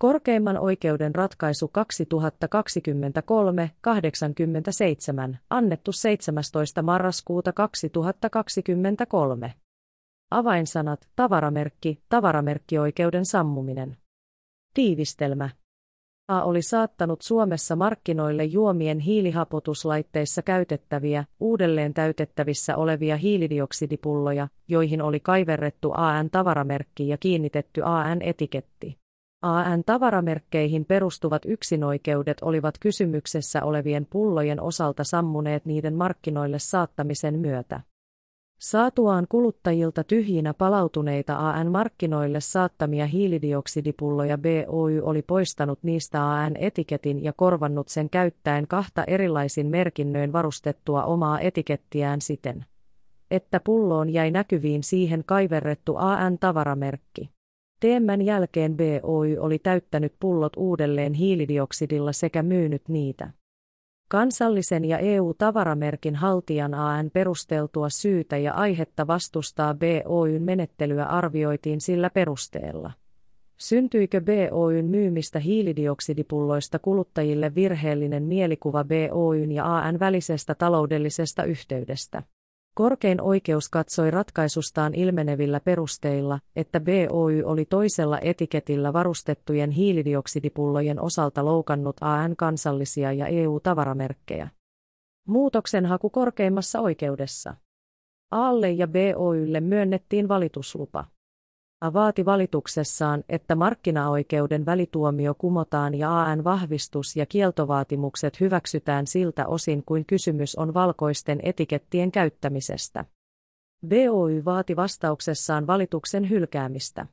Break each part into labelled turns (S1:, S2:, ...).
S1: Korkeimman oikeuden ratkaisu 2023-87, annettu 17. marraskuuta 2023. Avainsanat: tavaramerkki, tavaramerkkioikeuden sammuminen. Tiivistelmä. A oli saattanut Suomessa markkinoille juomien hiilihapotuslaitteissa käytettäviä, uudelleen täytettävissä olevia hiilidioksidipulloja, joihin oli kaiverrettu AN-tavaramerkki ja kiinnitetty AN-etiketti. AN-tavaramerkkeihin perustuvat yksinoikeudet olivat kysymyksessä olevien pullojen osalta sammuneet niiden markkinoille saattamisen myötä. Saatuaan kuluttajilta tyhjinä palautuneita AN-markkinoille saattamia hiilidioksidipulloja BOY oli poistanut niistä AN-etiketin ja korvannut sen käyttäen kahta erilaisin merkinnöin varustettua omaa etikettiään siten, että pulloon jäi näkyviin siihen kaiverrettu AN-tavaramerkki. Tämän jälkeen BOY oli täyttänyt pullot uudelleen hiilidioksidilla sekä myynyt niitä. Kansallisen ja EU-tavaramerkin haltijan AN perusteltua syytä ja aihetta vastustaa BOY:n menettelyä arvioitiin sillä perusteella. Syntyikö BOY:n myymistä hiilidioksidipulloista kuluttajille virheellinen mielikuva BOY:n ja AN välisestä taloudellisesta yhteydestä? Korkein oikeus katsoi ratkaisustaan ilmenevillä perusteilla, että BOY oli toisella etiketillä varustettujen hiilidioksidipullojen osalta loukannut AN kansallisia ja EU-tavaramerkkejä. Muutoksenhaku korkeimmassa oikeudessa. A:lle ja BOYlle myönnettiin valituslupa. A vaati valituksessaan, että markkinaoikeuden välituomio kumotaan ja AN vahvistus- ja kieltovaatimukset hyväksytään siltä osin kuin kysymys on valkoisten etikettien käyttämisestä. BOY vaati vastauksessaan valituksen hylkäämistä.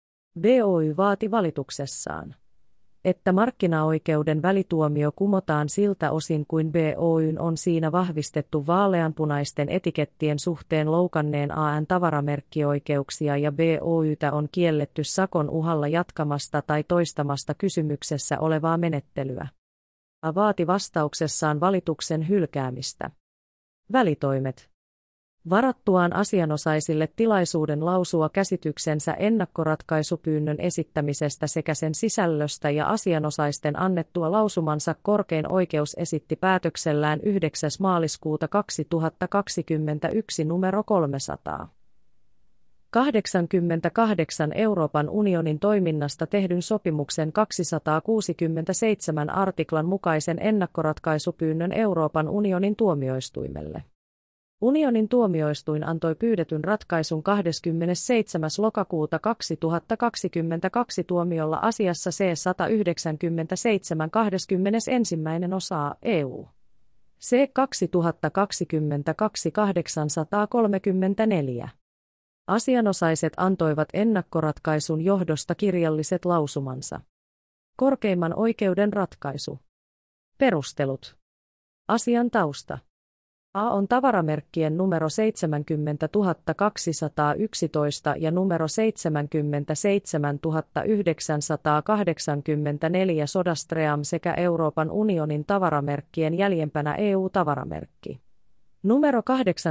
S1: BOY vaati valituksessaan, että markkinaoikeuden välituomio kumotaan siltä osin kuin BOY:n on siinä vahvistettu vaaleanpunaisten etikettien suhteen loukanneen AN-tavaramerkkioikeuksia ja BOY:tä on kielletty sakon uhalla jatkamasta tai toistamasta kysymyksessä olevaa menettelyä. A vaati vastauksessaan valituksen hylkäämistä. Välitoimet. Varattuaan asianosaisille tilaisuuden lausua käsityksensä ennakkoratkaisupyynnön esittämisestä sekä sen sisällöstä ja asianosaisten annettua lausumansa korkein oikeus esitti päätöksellään 9. maaliskuuta 2021 numero 388 Euroopan unionin toiminnasta tehdyn sopimuksen 267 artiklan mukaisen ennakkoratkaisupyynnön Euroopan unionin tuomioistuimelle. Unionin tuomioistuin antoi pyydetyn ratkaisun 27. lokakuuta 2022 tuomiolla asiassa C-197 21. osaa EU. C-2022-834. Asianosaiset antoivat ennakkoratkaisun johdosta kirjalliset lausumansa. Korkeimman oikeuden ratkaisu. Perustelut. Asian tausta. A on tavaramerkkien numero 70211 ja numero 77984 SodaStream sekä Euroopan unionin tavaramerkkien jäljempänä EU-tavaramerkki. Numero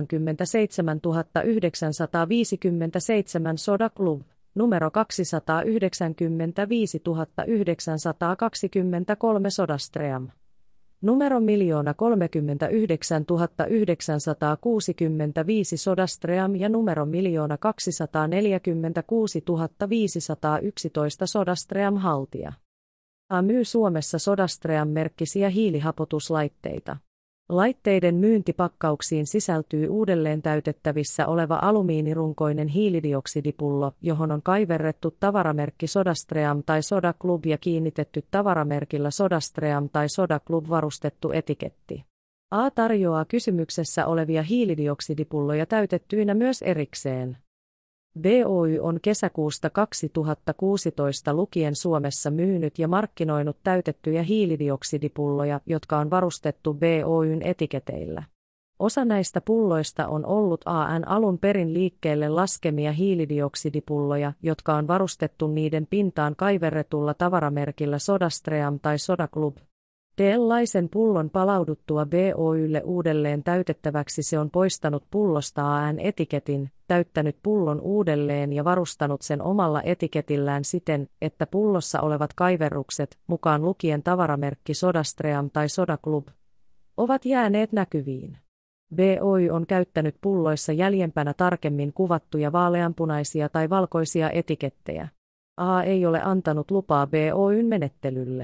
S1: 87957 Soda Club, numero 295923 SodaStream. Numero 1039965 SodaStream ja numero 1246511 SodaStream haltija. A myy Suomessa SodaStream-merkkisiä hiilihapotuslaitteita. Laitteiden myyntipakkauksiin sisältyy uudelleen täytettävissä oleva alumiinirunkoinen hiilidioksidipullo, johon on kaiverrettu tavaramerkki SodaStream tai Soda Club ja kiinnitetty tavaramerkillä SodaStream tai Soda Club varustettu etiketti. A tarjoaa kysymyksessä olevia hiilidioksidipulloja täytettyinä myös erikseen. BOY on kesäkuusta 2016 lukien Suomessa myynyt ja markkinoinut täytettyjä hiilidioksidipulloja, jotka on varustettu BOY:n etiketeillä. Osa näistä pulloista on ollut AN alun perin liikkeelle laskemia hiilidioksidipulloja, jotka on varustettu niiden pintaan kaiverretulla tavaramerkillä SodaStream tai Soda Club. Tällaisen pullon palauduttua BOYlle uudelleen täytettäväksi se on poistanut pullosta AN-etiketin, täyttänyt pullon uudelleen ja varustanut sen omalla etiketillään siten, että pullossa olevat kaiverrukset, mukaan lukien tavaramerkki SodaStream tai Soda Club, ovat jääneet näkyviin. BOY on käyttänyt pulloissa jäljempänä tarkemmin kuvattuja vaaleanpunaisia tai valkoisia etikettejä. A ei ole antanut lupaa BOY:n menettelylle.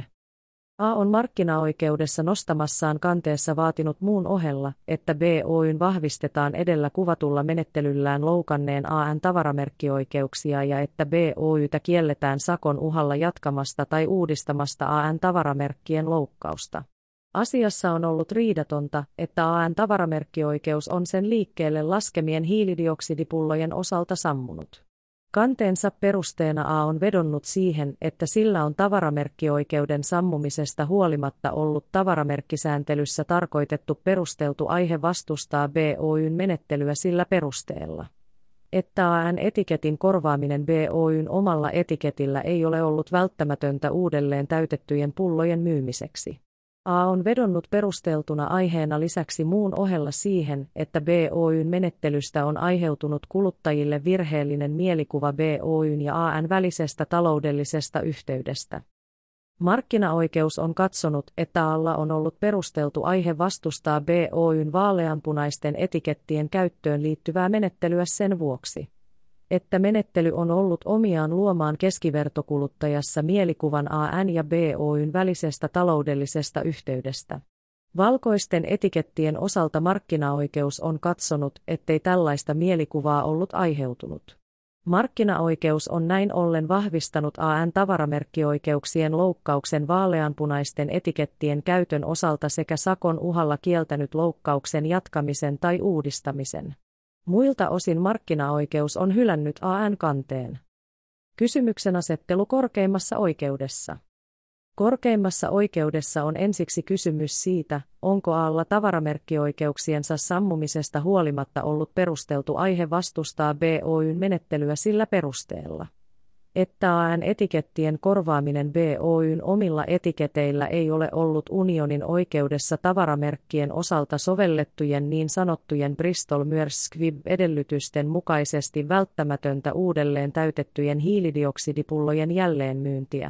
S1: A on markkinaoikeudessa nostamassaan kanteessa vaatinut muun ohella, että BOY:n vahvistetaan edellä kuvatulla menettelyllään loukanneen AN tavaramerkkioikeuksia ja että BOY:tä kielletään sakon uhalla jatkamasta tai uudistamasta AN tavaramerkkien loukkausta. Asiassa on ollut riidatonta, että AN tavaramerkkioikeus on sen liikkeelle laskemien hiilidioksidipullojen osalta sammunut. Kanteensa perusteena A on vedonnut siihen, että sillä on tavaramerkkioikeuden sammumisesta huolimatta ollut tavaramerkkisääntelyssä tarkoitettu perusteltu aihe vastustaa BOY:n menettelyä sillä perusteella, että AN-etiketin korvaaminen BOY:n omalla etiketillä ei ole ollut välttämätöntä uudelleen täytettyjen pullojen myymiseksi. A on vedonnut perusteltuna aiheena lisäksi muun ohella siihen, että BOY:n menettelystä on aiheutunut kuluttajille virheellinen mielikuva BOY:n ja AN välisestä taloudellisesta yhteydestä. Markkinaoikeus on katsonut, että A:lla on ollut perusteltu aihe vastustaa BOY:n vaaleanpunaisten etikettien käyttöön liittyvää menettelyä sen vuoksi, että menettely on ollut omiaan luomaan keskivertokuluttajassa mielikuvan AN ja BOY:n välisestä taloudellisesta yhteydestä. Valkoisten etikettien osalta markkinaoikeus on katsonut, ettei tällaista mielikuvaa ollut aiheutunut. Markkinaoikeus on näin ollen vahvistanut AN tavaramerkkioikeuksien loukkauksen vaaleanpunaisten etikettien käytön osalta sekä sakon uhalla kieltänyt loukkauksen jatkamisen tai uudistamisen. Muilta osin markkinaoikeus on hylännyt AN-kanteen. Kysymyksenasettelu korkeimmassa oikeudessa. Korkeimmassa oikeudessa on ensiksi kysymys siitä, onko A:lla tavaramerkkioikeuksiensa sammumisesta huolimatta ollut perusteltu aihe vastustaa BOY:n menettelyä sillä perusteella, että AN-etikettien korvaaminen BOY:n omilla etiketeillä ei ole ollut unionin oikeudessa tavaramerkkien osalta sovellettujen niin sanottujen Bristol-Myers Squibb-edellytysten mukaisesti välttämätöntä uudelleen täytettyjen hiilidioksidipullojen jälleenmyyntiä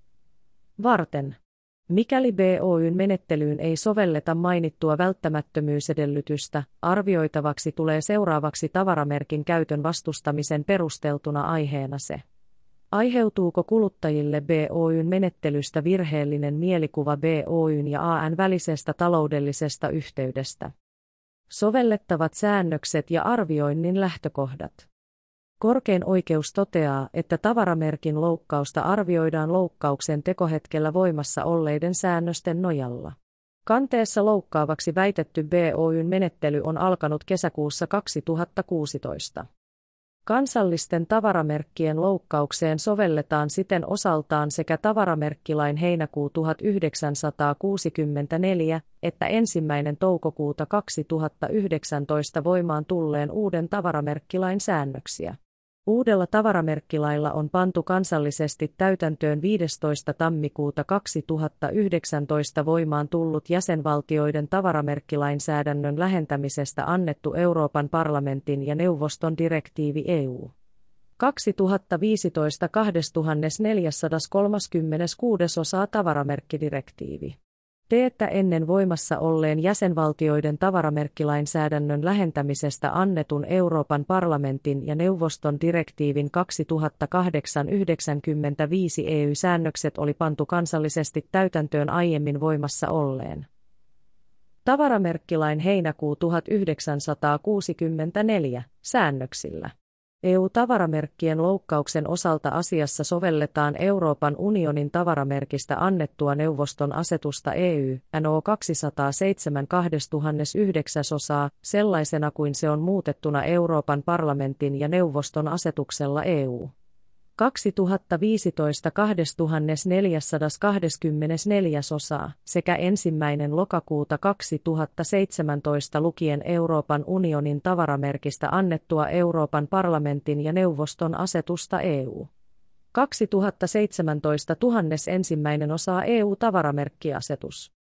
S1: varten. Mikäli BOY:n menettelyyn ei sovelleta mainittua välttämättömyysedellytystä, arvioitavaksi tulee seuraavaksi tavaramerkin käytön vastustamisen perusteltuna aiheena se, aiheutuuko kuluttajille BOY:n menettelystä virheellinen mielikuva BOY:n ja AN välisestä taloudellisesta yhteydestä. Sovellettavat säännökset ja arvioinnin lähtökohdat. Korkein oikeus toteaa, että tavaramerkin loukkausta arvioidaan loukkauksen tekohetkellä voimassa olleiden säännösten nojalla. Kanteessa loukkaavaksi väitetty BOY:n menettely on alkanut kesäkuussa 2016. Kansallisten tavaramerkkien loukkaukseen sovelletaan siten osaltaan sekä tavaramerkkilain heinäkuu 1964 että 1. toukokuuta 2019 voimaan tulleen uuden tavaramerkkilain säännöksiä. Uudella tavaramerkkilailla on pantu kansallisesti täytäntöön 15. tammikuuta 2019 voimaan tullut jäsenvaltioiden tavaramerkkilainsäädännön lähentämisestä annettu Euroopan parlamentin ja neuvoston direktiivi EU 2015/2436 tavaramerkkidirektiivi. Teettä ennen voimassa olleen jäsenvaltioiden tavaramerkkilainsäädännön lähentämisestä annetun Euroopan parlamentin ja neuvoston direktiivin 2008/95 EU-säännökset oli pantu kansallisesti täytäntöön aiemmin voimassa olleen tavaramerkkilain heinäkuu 1964 säännöksillä. EU-tavaramerkkien loukkauksen osalta asiassa sovelletaan Euroopan unionin tavaramerkistä annettua neuvoston asetusta EU/NO 207/2009 sellaisena kuin se on muutettuna Euroopan parlamentin ja neuvoston asetuksella EU 2015/2424 sekä 1. lokakuuta 2017 lukien Euroopan unionin tavaramerkistä annettua Euroopan parlamentin ja neuvoston asetusta EU 2017/1001 EU-tavaramerkkiasetus.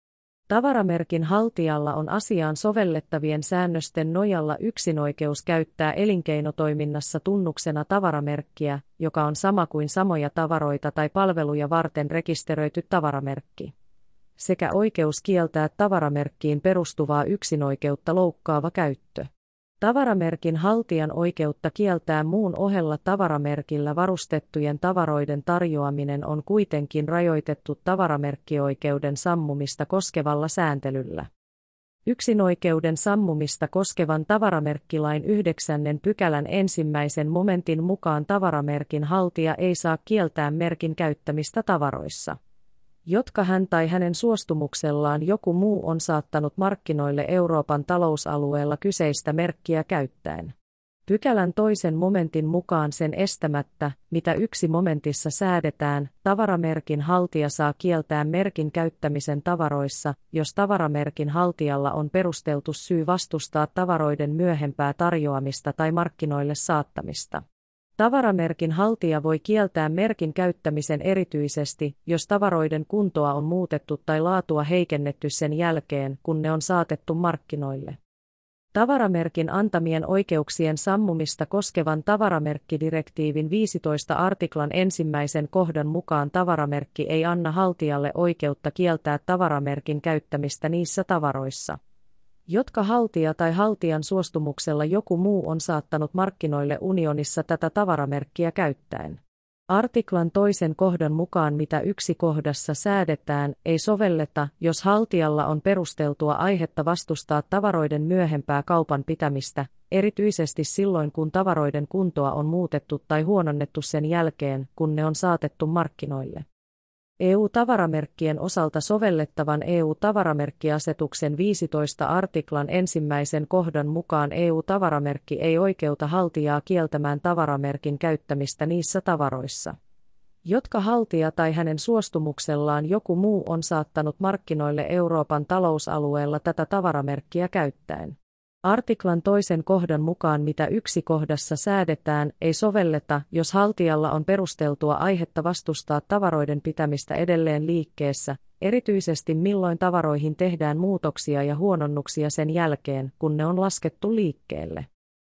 S1: Tavaramerkin haltijalla on asiaan sovellettavien säännösten nojalla yksinoikeus käyttää elinkeinotoiminnassa tunnuksena tavaramerkkiä, joka on sama kuin samoja tavaroita tai palveluja varten rekisteröity tavaramerkki, sekä oikeus kieltää tavaramerkkiin perustuvaa yksinoikeutta loukkaava käyttö. Tavaramerkin haltijan oikeutta kieltää muun ohella tavaramerkillä varustettujen tavaroiden tarjoaminen on kuitenkin rajoitettu tavaramerkkioikeuden sammumista koskevalla sääntelyllä. Yksinoikeuden sammumista koskevan tavaramerkkilain 9. pykälän 1. momentin mukaan tavaramerkin haltija ei saa kieltää merkin käyttämistä tavaroissa, jotka hän tai hänen suostumuksellaan joku muu on saattanut markkinoille Euroopan talousalueella kyseistä merkkiä käyttäen. Pykälän 2. momentin mukaan sen estämättä, mitä 1 momentissa säädetään, tavaramerkin haltija saa kieltää merkin käyttämisen tavaroissa, jos tavaramerkin haltijalla on perusteltu syy vastustaa tavaroiden myöhempää tarjoamista tai markkinoille saattamista. Tavaramerkin haltija voi kieltää merkin käyttämisen erityisesti, jos tavaroiden kuntoa on muutettu tai laatua heikennetty sen jälkeen, kun ne on saatettu markkinoille. Tavaramerkin antamien oikeuksien sammumista koskevan tavaramerkkidirektiivin 15 artiklan 1. kohdan mukaan tavaramerkki ei anna haltijalle oikeutta kieltää tavaramerkin käyttämistä niissä tavaroissa, jotka haltija tai haltijan suostumuksella joku muu on saattanut markkinoille unionissa tätä tavaramerkkiä käyttäen. Artiklan 2. kohdan mukaan mitä 1 kohdassa säädetään, ei sovelleta, jos haltijalla on perusteltua aihetta vastustaa tavaroiden myöhempää kaupan pitämistä, erityisesti silloin kun tavaroiden kuntoa on muutettu tai huononnettu sen jälkeen, kun ne on saatettu markkinoille. EU-tavaramerkkien osalta sovellettavan EU-tavaramerkkiasetuksen 15 artiklan 1. kohdan mukaan EU-tavaramerkki ei oikeuta haltijaa kieltämään tavaramerkin käyttämistä niissä tavaroissa, jotka haltija tai hänen suostumuksellaan joku muu on saattanut markkinoille Euroopan talousalueella tätä tavaramerkkiä käyttäen. Artiklan 2. kohdan mukaan mitä 1 kohdassa säädetään, ei sovelleta, jos haltijalla on perusteltua aihetta vastustaa tavaroiden pitämistä edelleen liikkeessä, erityisesti milloin tavaroihin tehdään muutoksia ja huononnuksia sen jälkeen, kun ne on laskettu liikkeelle.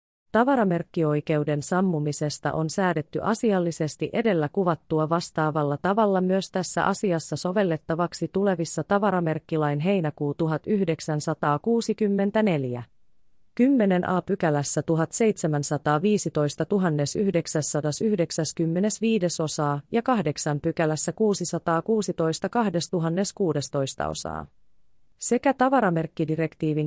S1: Tavaramerkkioikeuden sammumisesta on säädetty asiallisesti edellä kuvattua vastaavalla tavalla myös tässä asiassa sovellettavaksi tulevissa tavaramerkkilain heinäkuu 1964. 10a pykälässä 1715 1995 osaa ja 8 pykälässä 616 2016 osaa. Sekä tavaramerkkidirektiivin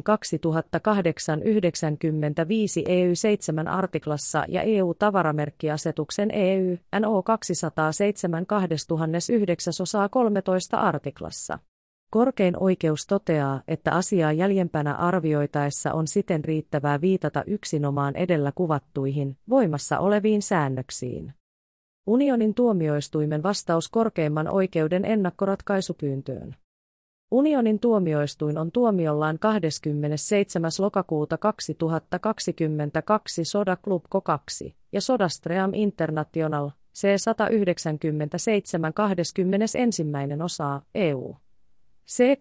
S1: 2008/95 EY 7 artiklassa ja EU-tavaramerkkiasetuksen EY NO 207 2009 osaa 13 artiklassa. Korkein oikeus toteaa, että asiaa jäljempänä arvioitaessa on siten riittävää viitata yksinomaan edellä kuvattuihin, voimassa oleviin säännöksiin. Unionin tuomioistuimen vastaus korkeimman oikeuden ennakkoratkaisupyyntöön. Unionin tuomioistuin on tuomiollaan 27. lokakuuta 2022 Soda Club Co. 2 ja SodaStream International C197 21. osaa EU. C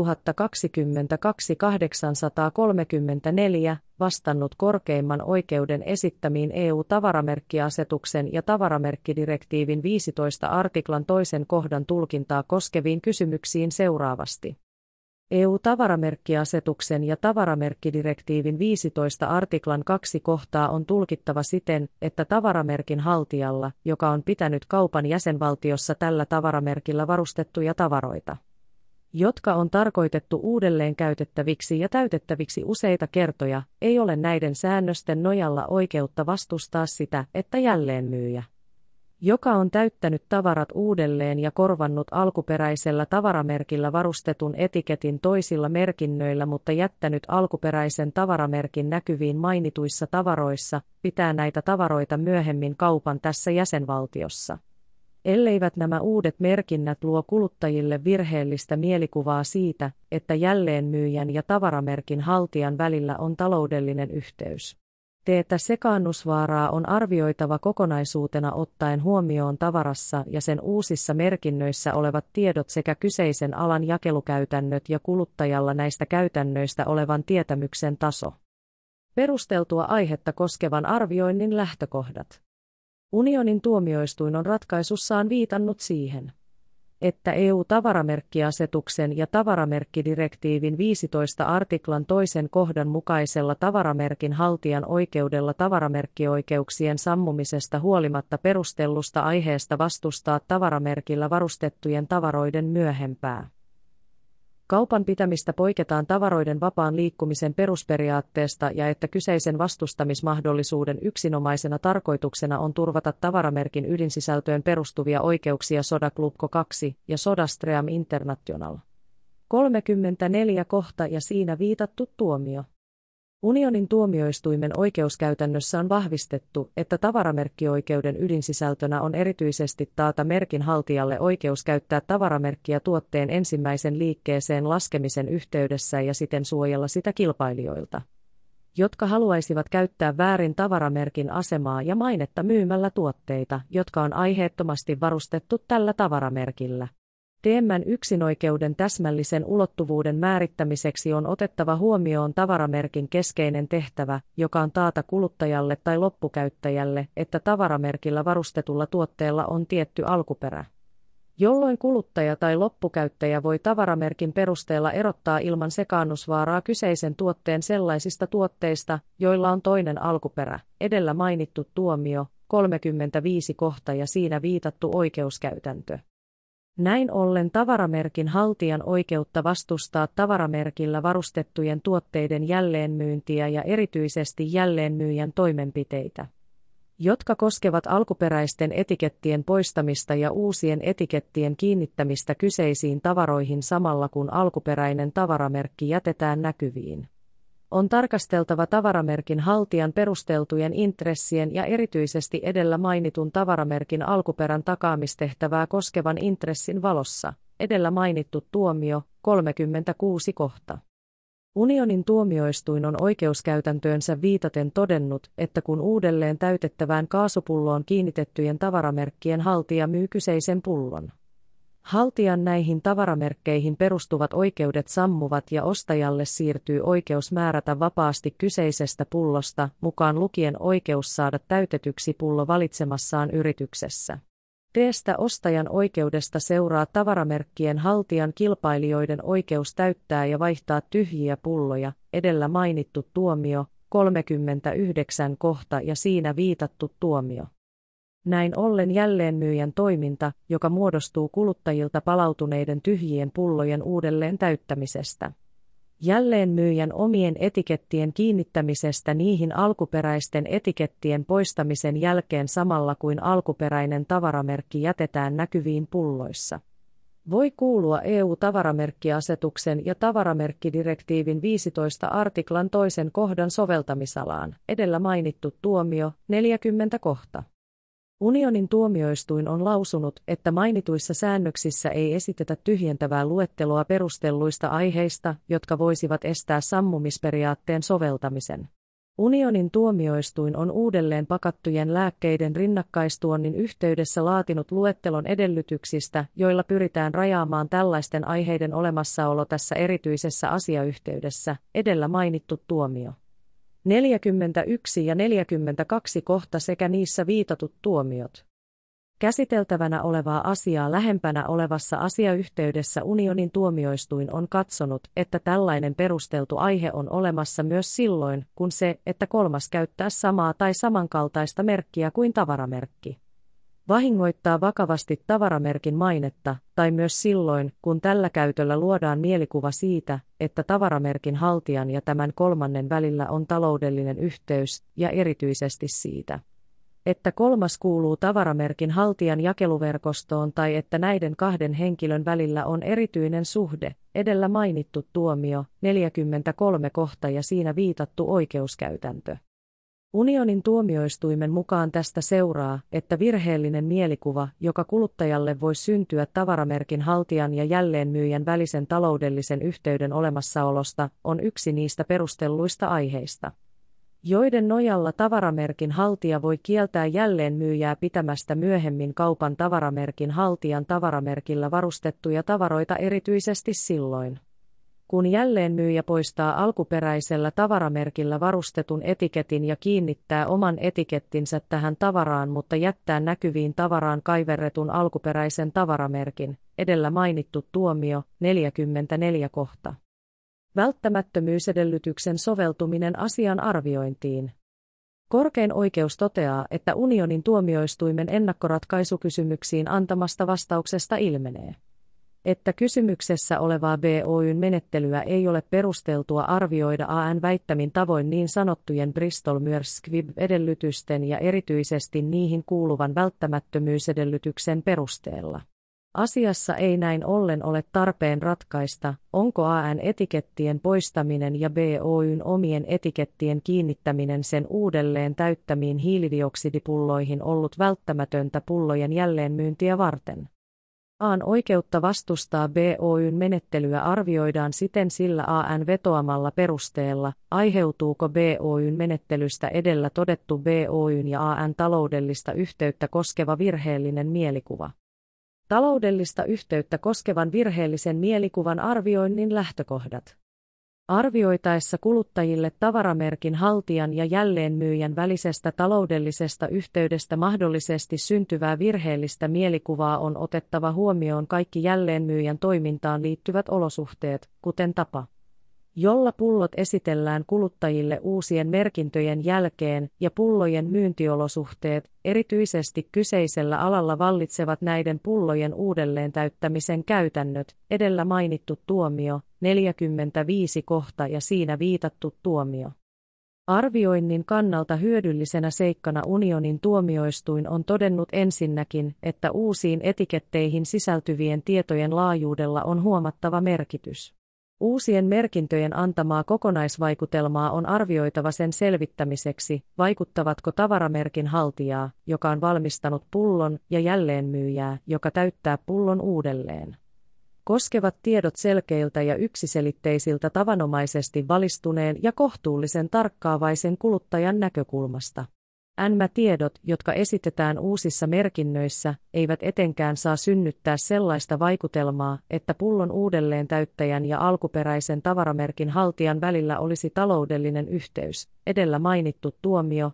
S1: 2022-834 vastannut korkeimman oikeuden esittämiin EU-tavaramerkkiasetuksen ja tavaramerkkidirektiivin 15 artiklan 2. kohdan tulkintaa koskeviin kysymyksiin seuraavasti. EU-tavaramerkkiasetuksen ja tavaramerkkidirektiivin 15 artiklan 2 kohtaa on tulkittava siten, että tavaramerkin haltijalla, joka on pitänyt kaupan jäsenvaltiossa tällä tavaramerkillä varustettuja tavaroita, jotka on tarkoitettu uudelleen käytettäviksi ja täytettäviksi useita kertoja, ei ole näiden säännösten nojalla oikeutta vastustaa sitä, että jälleenmyyjä, joka on täyttänyt tavarat uudelleen ja korvannut alkuperäisellä tavaramerkillä varustetun etiketin toisilla merkinnöillä, mutta jättänyt alkuperäisen tavaramerkin näkyviin mainituissa tavaroissa, pitää näitä tavaroita myöhemmin kaupan tässä jäsenvaltiossa, elleivät nämä uudet merkinnät luo kuluttajille virheellistä mielikuvaa siitä, että jälleenmyyjän ja tavaramerkin haltijan välillä on taloudellinen yhteys. Sekaannusvaaraa on arvioitava kokonaisuutena ottaen huomioon tavarassa ja sen uusissa merkinnöissä olevat tiedot sekä kyseisen alan jakelukäytännöt ja kuluttajalla näistä käytännöistä olevan tietämyksen taso. Perusteltua aihetta koskevan arvioinnin lähtökohdat. Unionin tuomioistuin on ratkaisussaan viitannut siihen, että EU-tavaramerkkiasetuksen ja tavaramerkkidirektiivin 15 artiklan 2 kohdan mukaisella tavaramerkin haltijan oikeudella tavaramerkkioikeuksien sammumisesta huolimatta perustellusta aiheesta vastustaa tavaramerkillä varustettujen tavaroiden myöhempää kaupan pitämistä poiketaan tavaroiden vapaan liikkumisen perusperiaatteesta ja että kyseisen vastustamismahdollisuuden yksinomaisena tarkoituksena on turvata tavaramerkin ydinsisältöön perustuvia oikeuksia Soda-Klubko 2 ja SodaStream International. 34 kohta ja siinä viitattu tuomio. Unionin tuomioistuimen oikeuskäytännössä on vahvistettu, että tavaramerkkioikeuden ydinsisältönä on erityisesti taata merkin haltijalle oikeus käyttää tavaramerkkiä tuotteen ensimmäisen liikkeeseen laskemisen yhteydessä ja siten suojella sitä kilpailijoilta, jotka haluaisivat käyttää väärin tavaramerkin asemaa ja mainetta myymällä tuotteita, jotka on aiheettomasti varustettu tällä tavaramerkillä. Teemän yksinoikeuden täsmällisen ulottuvuuden määrittämiseksi on otettava huomioon tavaramerkin keskeinen tehtävä, joka on taata kuluttajalle tai loppukäyttäjälle, että tavaramerkillä varustetulla tuotteella on tietty alkuperä, jolloin kuluttaja tai loppukäyttäjä voi tavaramerkin perusteella erottaa ilman sekaannusvaaraa kyseisen tuotteen sellaisista tuotteista, joilla on toinen alkuperä, edellä mainittu tuomio, 35 kohta ja siinä viitattu oikeuskäytäntö. Näin ollen tavaramerkin haltijan oikeutta vastustaa tavaramerkillä varustettujen tuotteiden jälleenmyyntiä ja erityisesti jälleenmyyjän toimenpiteitä, jotka koskevat alkuperäisten etikettien poistamista ja uusien etikettien kiinnittämistä kyseisiin tavaroihin samalla kun alkuperäinen tavaramerkki jätetään näkyviin. On tarkasteltava tavaramerkin haltijan perusteltujen intressien ja erityisesti edellä mainitun tavaramerkin alkuperän takaamistehtävää koskevan intressin valossa, edellä mainittu tuomio, 36 kohta. Unionin tuomioistuin on oikeuskäytäntöönsä viitaten todennut, että kun uudelleen täytettävään kaasupulloon kiinnitettyjen tavaramerkkien haltija myy kyseisen pullon, haltijan näihin tavaramerkkeihin perustuvat oikeudet sammuvat ja ostajalle siirtyy oikeus määrätä vapaasti kyseisestä pullosta, mukaan lukien oikeus saada täytetyksi pullo valitsemassaan yrityksessä. Teestä ostajan oikeudesta seuraa tavaramerkkien haltijan kilpailijoiden oikeus täyttää ja vaihtaa tyhjiä pulloja, edellä mainittu tuomio, 39 kohta ja siinä viitattu tuomio. Näin ollen jälleenmyyjän toiminta, joka muodostuu kuluttajilta palautuneiden tyhjien pullojen uudelleen täyttämisestä, jälleenmyyjän omien etikettien kiinnittämisestä niihin alkuperäisten etikettien poistamisen jälkeen samalla kuin alkuperäinen tavaramerkki jätetään näkyviin pulloissa, voi kuulua EU-tavaramerkkiasetuksen ja tavaramerkkidirektiivin 15 artiklan 2 kohdan soveltamisalaan, edellä mainittu tuomio, 40 kohta. Unionin tuomioistuin on lausunut, että mainituissa säännöksissä ei esitetä tyhjentävää luetteloa perustelluista aiheista, jotka voisivat estää sammumisperiaatteen soveltamisen. Unionin tuomioistuin on uudelleen pakattujen lääkkeiden rinnakkaistuonnin yhteydessä laatinut luettelon edellytyksistä, joilla pyritään rajaamaan tällaisten aiheiden olemassaolo tässä erityisessä asiayhteydessä, edellä mainittu tuomio. 41 ja 42 kohta sekä niissä viitatut tuomiot. Käsiteltävänä olevaa asiaa lähempänä olevassa asiayhteydessä unionin tuomioistuin on katsonut, että tällainen perusteltu aihe on olemassa myös silloin, kun se, että kolmas käyttää samaa tai samankaltaista merkkiä kuin tavaramerkki, vahingoittaa vakavasti tavaramerkin mainetta, tai myös silloin, kun tällä käytöllä luodaan mielikuva siitä, että tavaramerkin haltijan ja tämän kolmannen välillä on taloudellinen yhteys, ja erityisesti siitä, että kolmas kuuluu tavaramerkin haltijan jakeluverkostoon tai että näiden kahden henkilön välillä on erityinen suhde, edellä mainittu tuomio, 43 kohta ja siinä viitattu oikeuskäytäntö. Unionin tuomioistuimen mukaan tästä seuraa, että virheellinen mielikuva, joka kuluttajalle voi syntyä tavaramerkin haltijan ja jälleenmyyjän välisen taloudellisen yhteyden olemassaolosta, on yksi niistä perustelluista aiheista, joiden nojalla tavaramerkin haltija voi kieltää jälleenmyyjää pitämästä myöhemmin kaupan tavaramerkin haltijan tavaramerkillä varustettuja tavaroita erityisesti silloin, kun jälleenmyyjä poistaa alkuperäisellä tavaramerkillä varustetun etiketin ja kiinnittää oman etikettinsä tähän tavaraan, mutta jättää näkyviin tavaraan kaiverretun alkuperäisen tavaramerkin, edellä mainittu tuomio, 44 kohta. Välttämättömyysedellytyksen soveltuminen asian arviointiin. Korkein oikeus toteaa, että unionin tuomioistuimen ennakkoratkaisukysymyksiin antamasta vastauksesta ilmenee, että kysymyksessä olevaa BOY:n menettelyä ei ole perusteltua arvioida AN väittämin tavoin niin sanottujen Bristol-Myers Squibb-edellytysten ja erityisesti niihin kuuluvan välttämättömyysedellytyksen perusteella. Asiassa ei näin ollen ole tarpeen ratkaista, onko AN-etikettien poistaminen ja BOY:n omien etikettien kiinnittäminen sen uudelleen täyttämiin hiilidioksidipulloihin ollut välttämätöntä pullojen jälleenmyyntiä varten. AN oikeutta vastustaa BOY:n menettelyä arvioidaan siten sillä AN vetoamalla perusteella, aiheutuuko BOY:n menettelystä edellä todettu BOY:n ja AN taloudellista yhteyttä koskeva virheellinen mielikuva. Taloudellista yhteyttä koskevan virheellisen mielikuvan arvioinnin lähtökohdat. Arvioitaessa kuluttajille tavaramerkin haltijan ja jälleenmyyjän välisestä taloudellisesta yhteydestä mahdollisesti syntyvää virheellistä mielikuvaa on otettava huomioon kaikki jälleenmyyjän toimintaan liittyvät olosuhteet, kuten tapa, jolla pullot esitellään kuluttajille uusien merkintöjen jälkeen, ja pullojen myyntiolosuhteet, erityisesti kyseisellä alalla vallitsevat näiden pullojen uudelleen täyttämisen käytännöt, edellä mainittu tuomio, 45 kohta ja siinä viitattu tuomio. Arvioinnin kannalta hyödyllisenä seikkana unionin tuomioistuin on todennut ensinnäkin, että uusiin etiketteihin sisältyvien tietojen laajuudella on huomattava merkitys. Uusien merkintöjen antamaa kokonaisvaikutelmaa on arvioitava sen selvittämiseksi, vaikuttavatko tavaramerkin haltijaa, joka on valmistanut pullon, ja jälleenmyyjää, joka täyttää pullon uudelleen. Koskevat tiedot selkeiltä ja yksiselitteisiltä tavanomaisesti valistuneen ja kohtuullisen tarkkaavaisen kuluttajan näkökulmasta. NMä-tiedot, jotka esitetään uusissa merkinnöissä, eivät etenkään saa synnyttää sellaista vaikutelmaa, että pullon uudelleen täyttäjän ja alkuperäisen tavaramerkin haltijan välillä olisi taloudellinen yhteys, edellä mainittu tuomio,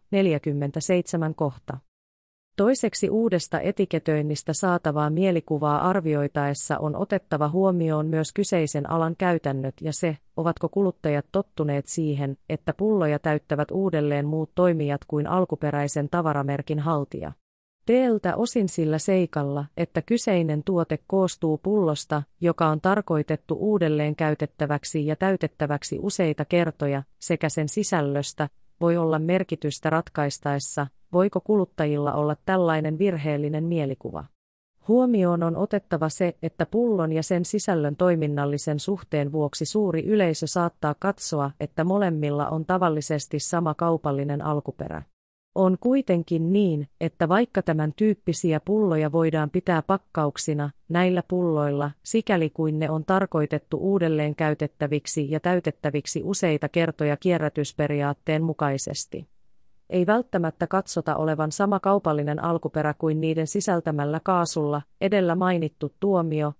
S1: 47 kohta. Toiseksi uudesta etiketöinnistä saatavaa mielikuvaa arvioitaessa on otettava huomioon myös kyseisen alan käytännöt ja se, ovatko kuluttajat tottuneet siihen, että pulloja täyttävät uudelleen muut toimijat kuin alkuperäisen tavaramerkin haltija. Tältä osin sillä seikalla, että kyseinen tuote koostuu pullosta, joka on tarkoitettu uudelleen käytettäväksi ja täytettäväksi useita kertoja, sekä sen sisällöstä, voi olla merkitystä ratkaistaessa, voiko kuluttajilla olla tällainen virheellinen mielikuva. Huomioon on otettava se, että pullon ja sen sisällön toiminnallisen suhteen vuoksi suuri yleisö saattaa katsoa, että molemmilla on tavallisesti sama kaupallinen alkuperä. On kuitenkin niin, että vaikka tämän tyyppisiä pulloja voidaan pitää pakkauksina, näillä pulloilla, sikäli kuin ne on tarkoitettu uudelleen käytettäviksi ja täytettäviksi useita kertoja kierrätysperiaatteen mukaisesti, ei välttämättä katsota olevan sama kaupallinen alkuperä kuin niiden sisältämällä kaasulla, edellä mainittu tuomio,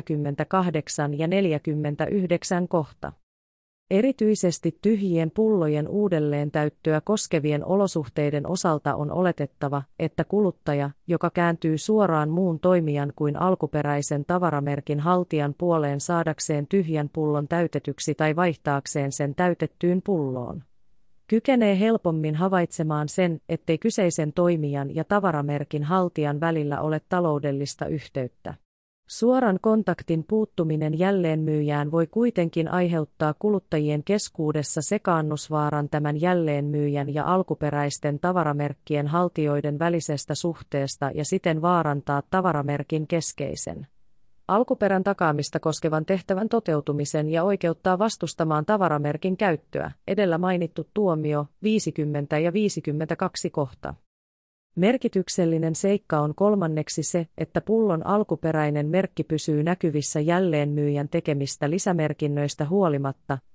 S1: 48 ja 49 kohta. Erityisesti tyhjien pullojen uudelleen täyttöä koskevien olosuhteiden osalta on oletettava, että kuluttaja, joka kääntyy suoraan muun toimijan kuin alkuperäisen tavaramerkin haltijan puoleen saadakseen tyhjän pullon täytetyksi tai vaihtaakseen sen täytettyyn pulloon, kykenee helpommin havaitsemaan sen, ettei kyseisen toimijan ja tavaramerkin haltijan välillä ole taloudellista yhteyttä. Suoran kontaktin puuttuminen jälleenmyyjään voi kuitenkin aiheuttaa kuluttajien keskuudessa sekaannusvaaran tämän jälleenmyyjän ja alkuperäisten tavaramerkkien haltijoiden välisestä suhteesta ja siten vaarantaa tavaramerkin keskeisen alkuperän takaamista koskevan tehtävän toteutumisen ja oikeuttaa vastustamaan tavaramerkin käyttöä, edellä mainittu tuomio, 50 ja 52 kohta. Merkityksellinen seikka on kolmanneksi se, että pullon alkuperäinen merkki pysyy näkyvissä jälleenmyyjän tekemistä lisämerkinnöistä huolimatta,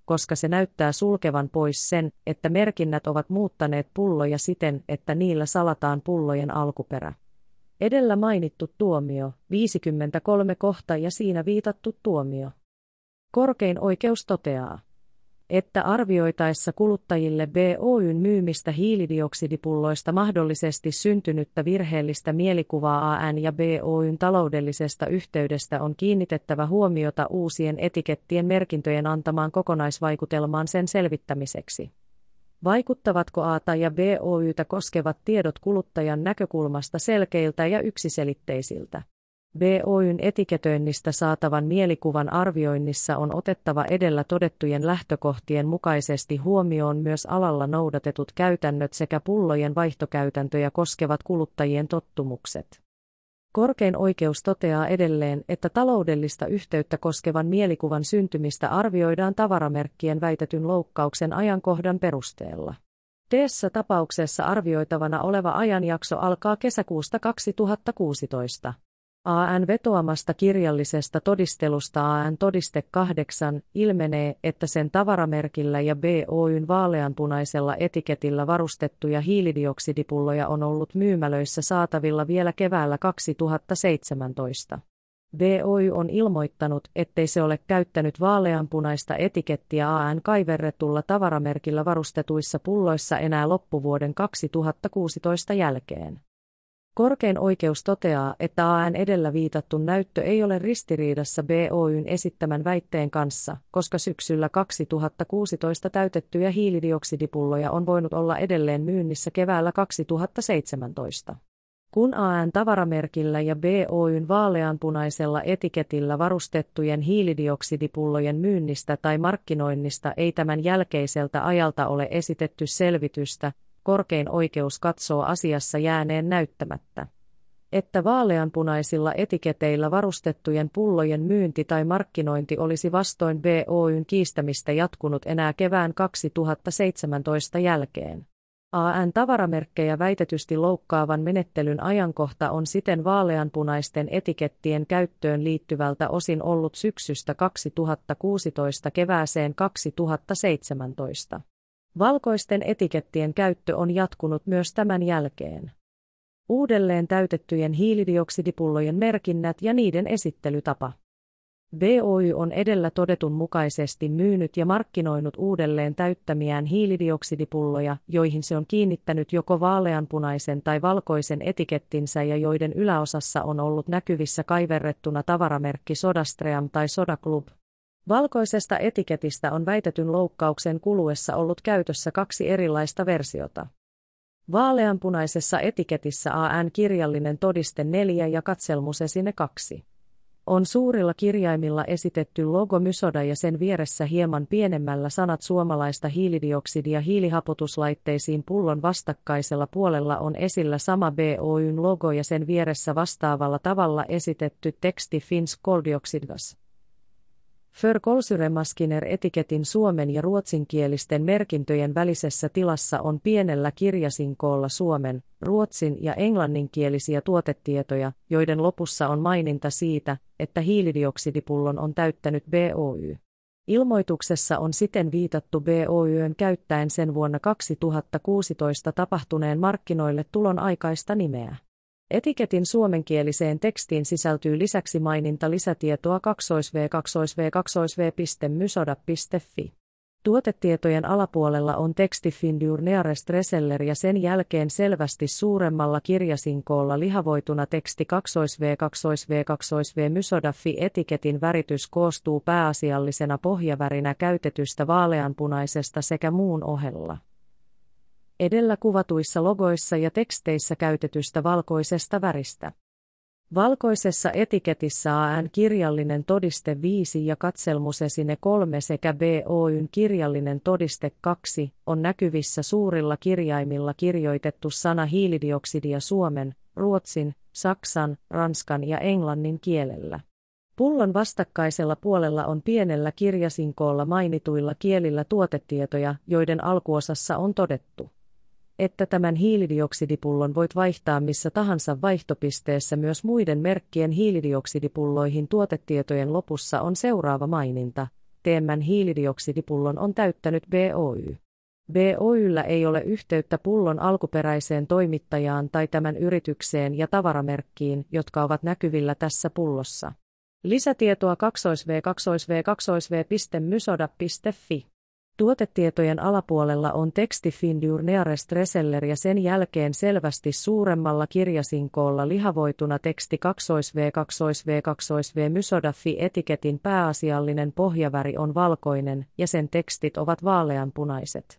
S1: koska se näyttää sulkevan pois sen, että merkinnät ovat muuttaneet pulloja siten, että niillä salataan pullojen alkuperä. Edellä mainittu tuomio, 53 kohta ja siinä viitattu tuomio. Korkein oikeus toteaa, että arvioitaessa kuluttajille BOY:n myymistä hiilidioksidipulloista mahdollisesti syntynyttä virheellistä mielikuvaa AN ja BOY:n taloudellisesta yhteydestä on kiinnitettävä huomiota uusien etikettien merkintöjen antamaan kokonaisvaikutelmaan sen selvittämiseksi. Vaikuttavatko A:ta ja BOY:tä koskevat tiedot kuluttajan näkökulmasta selkeiltä ja yksiselitteisiltä? BOY:n etiketöinnistä saatavan mielikuvan arvioinnissa on otettava edellä todettujen lähtökohtien mukaisesti huomioon myös alalla noudatetut käytännöt sekä pullojen vaihtokäytäntöjä koskevat kuluttajien tottumukset. Korkein oikeus toteaa edelleen, että taloudellista yhteyttä koskevan mielikuvan syntymistä arvioidaan tavaramerkkien väitetyn loukkauksen ajankohdan perusteella. Tässä tapauksessa arvioitavana oleva ajanjakso alkaa kesäkuusta 2016. AN vetoamasta kirjallisesta todistelusta AN todiste 8 ilmenee, että sen tavaramerkillä ja BOY:n vaaleanpunaisella etiketillä varustettuja hiilidioksidipulloja on ollut myymälöissä saatavilla vielä keväällä 2017. BOY on ilmoittanut, ettei se ole käyttänyt vaaleanpunaista etikettiä AN kaiverretulla tavaramerkillä varustetuissa pulloissa enää loppuvuoden 2016 jälkeen. Korkein oikeus toteaa, että AN edellä viitattu näyttö ei ole ristiriidassa BOY:n esittämän väitteen kanssa, koska syksyllä 2016 täytettyjä hiilidioksidipulloja on voinut olla edelleen myynnissä keväällä 2017. Kun AN tavaramerkillä ja BOY:n vaaleanpunaisella etiketillä varustettujen hiilidioksidipullojen myynnistä tai markkinoinnista ei tämän jälkeiseltä ajalta ole esitetty selvitystä, korkein oikeus katsoo asiassa jääneen näyttämättä, että vaaleanpunaisilla etiketeillä varustettujen pullojen myynti tai markkinointi olisi vastoin BOY:n kiistämistä jatkunut enää kevään 2017 jälkeen. AN tavaramerkkejä väitetysti loukkaavan menettelyn ajankohta on siten vaaleanpunaisten etikettien käyttöön liittyvältä osin ollut syksystä 2016 kevääseen 2017. Valkoisten etikettien käyttö on jatkunut myös tämän jälkeen. Uudelleen täytettyjen hiilidioksidipullojen merkinnät ja niiden esittelytapa. BOY on edellä todetun mukaisesti myynyt ja markkinoinut uudelleen täyttämiään hiilidioksidipulloja, joihin se on kiinnittänyt joko vaaleanpunaisen tai valkoisen etikettinsä ja joiden yläosassa on ollut näkyvissä kaiverrettuna tavaramerkki SodaStream tai SodaClub. Valkoisesta etiketistä on väitetyn loukkauksen kuluessa ollut käytössä 2 erilaista versiota. Vaaleanpunaisessa etiketissä AN kirjallinen todiste 4 ja katselmusesine 2. On suurilla kirjaimilla esitetty logo Mysoda ja sen vieressä hieman pienemmällä sanat suomalaista hiilidioksidia hiilihapotuslaitteisiin. Pullon vastakkaisella puolella on esillä sama BOY:n logo ja sen vieressä vastaavalla tavalla esitetty teksti Finsk koldioxidgas. För kolsyremaskiner etiketin suomen- ja ruotsinkielisten merkintöjen välisessä tilassa on pienellä kirjasinkoolla suomen, ruotsin ja englanninkielisiä tuotetietoja, joiden lopussa on maininta siitä, että hiilidioksidipullon on täyttänyt BOY. Ilmoituksessa on siten viitattu BOY:n käyttäen sen vuonna 2016 tapahtuneen markkinoille tulon aikaista nimeä. Etiketin suomenkieliseen tekstiin sisältyy lisäksi maininta lisätietoa /v/v.mysoda.fi. Tuotetietojen alapuolella on teksti Findur Nearest Reseller ja sen jälkeen selvästi suuremmalla kirjasinkoolla lihavoituna teksti /v/v.mysoda.fi. Etiketin väritys koostuu pääasiallisena pohjavärinä käytetystä vaaleanpunaisesta sekä muun ohella edellä kuvatuissa logoissa ja teksteissä käytetystä valkoisesta väristä. Valkoisessa etiketissä AN kirjallinen todiste 5 ja katselmusesine 3 sekä BOY:n kirjallinen todiste 2 on näkyvissä suurilla kirjaimilla kirjoitettu sana hiilidioksidia suomen, ruotsin, saksan, ranskan ja englannin kielellä. Pullon vastakkaisella puolella on pienellä kirjasinkoolla mainituilla kielillä tuotetietoja, joiden alkuosassa on todettu, että tämän hiilidioksidipullon voit vaihtaa missä tahansa vaihtopisteessä myös muiden merkkien hiilidioksidipulloihin. Tuotetietojen lopussa on seuraava maininta. teemän hiilidioksidipullon on täyttänyt B Oy. B Oyllä ei ole yhteyttä pullon alkuperäiseen toimittajaan tai tämän yritykseen ja tavaramerkkiin, jotka ovat näkyvillä tässä pullossa. Lisätietoa 2v2v2v.mysoda.fi. Tuotetietojen alapuolella on teksti Findur Nearest Reseller ja sen jälkeen selvästi suuremmalla kirjasinkoolla lihavoituna teksti 2v2v2v Mysoda.fi. Etiketin pääasiallinen pohjaväri on valkoinen ja sen tekstit ovat vaaleanpunaiset.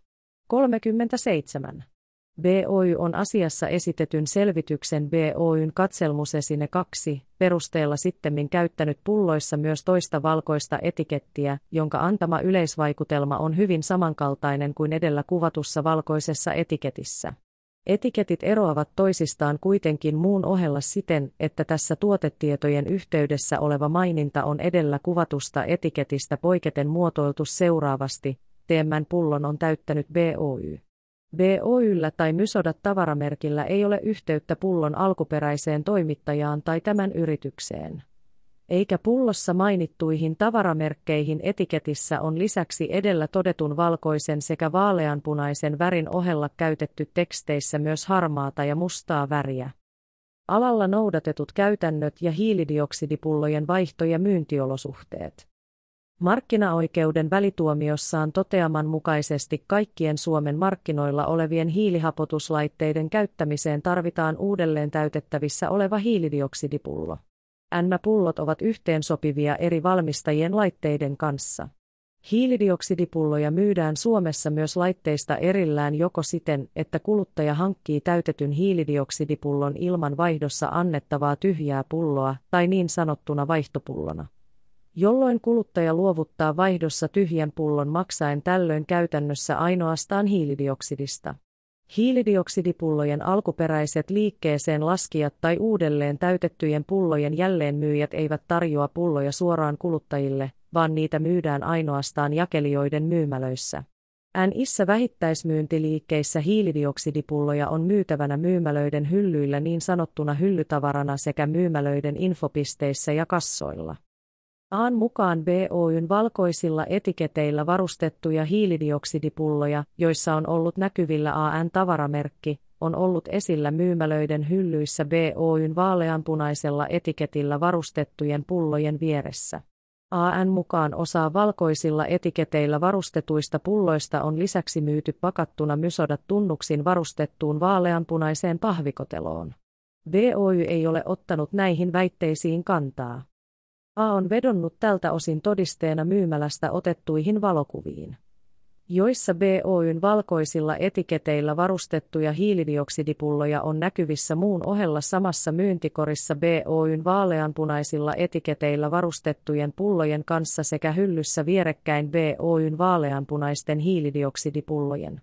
S1: 37. B Oy on asiassa esitetyn selvityksen B Oyn katselmusesine 2 perusteella sittemmin käyttänyt pulloissa myös toista valkoista etikettiä, jonka antama yleisvaikutelma on hyvin samankaltainen kuin edellä kuvatussa valkoisessa etiketissä. Etiketit eroavat toisistaan kuitenkin muun ohella siten, että tässä tuotetietojen yhteydessä oleva maininta on edellä kuvatusta etiketistä poiketen muotoiltu seuraavasti: teemän pullon on täyttänyt B Oy. B Oyllä tai Mysoda-tavaramerkillä ei ole yhteyttä pullon alkuperäiseen toimittajaan tai tämän yritykseen. Eikä pullossa mainittuihin tavaramerkkeihin etiketissä on lisäksi edellä todetun valkoisen sekä vaaleanpunaisen värin ohella käytetty teksteissä myös harmaata ja mustaa väriä. Alalla noudatetut käytännöt ja hiilidioksidipullojen vaihto- ja myyntiolosuhteet. Markkinaoikeuden välituomiossaan toteaman mukaisesti kaikkien Suomen markkinoilla olevien hiilihapotuslaitteiden käyttämiseen tarvitaan uudelleen täytettävissä oleva hiilidioksidipullo. NMä-pullot ovat yhteensopivia eri valmistajien laitteiden kanssa. Hiilidioksidipulloja myydään Suomessa myös laitteista erillään joko siten, että kuluttaja hankkii täytetyn hiilidioksidipullon ilman vaihdossa annettavaa tyhjää pulloa tai niin sanottuna vaihtopullona, jolloin kuluttaja luovuttaa vaihdossa tyhjän pullon maksaen tällöin käytännössä ainoastaan hiilidioksidista. Hiilidioksidipullojen alkuperäiset liikkeeseen laskijat tai uudelleen täytettyjen pullojen jälleenmyyjät eivät tarjoa pulloja suoraan kuluttajille, vaan niitä myydään ainoastaan jakelijoiden myymälöissä. NIssä vähittäismyyntiliikkeissä hiilidioksidipulloja on myytävänä myymälöiden hyllyillä niin sanottuna hyllytavarana sekä myymälöiden infopisteissä ja kassoilla. A:n mukaan B Oyn valkoisilla etiketeillä varustettuja hiilidioksidipulloja, joissa on ollut näkyvillä AN tavaramerkki, on ollut esillä myymälöiden hyllyissä B Oyn vaaleanpunaisella etiketillä varustettujen pullojen vieressä. AN mukaan osa valkoisilla etiketeillä varustetuista pulloista on lisäksi myyty pakattuna Mysoda-tunnuksin varustettuun vaaleanpunaiseen pahvikoteloon. B Oy ei ole ottanut näihin väitteisiin kantaa. A on vedonnut tältä osin todisteena myymälästä otettuihin valokuviin, joissa B Oyn valkoisilla etiketeillä varustettuja hiilidioksidipulloja on näkyvissä muun ohella samassa myyntikorissa B Oyn vaaleanpunaisilla etiketeillä varustettujen pullojen kanssa sekä hyllyssä vierekkäin B Oyn vaaleanpunaisten hiilidioksidipullojen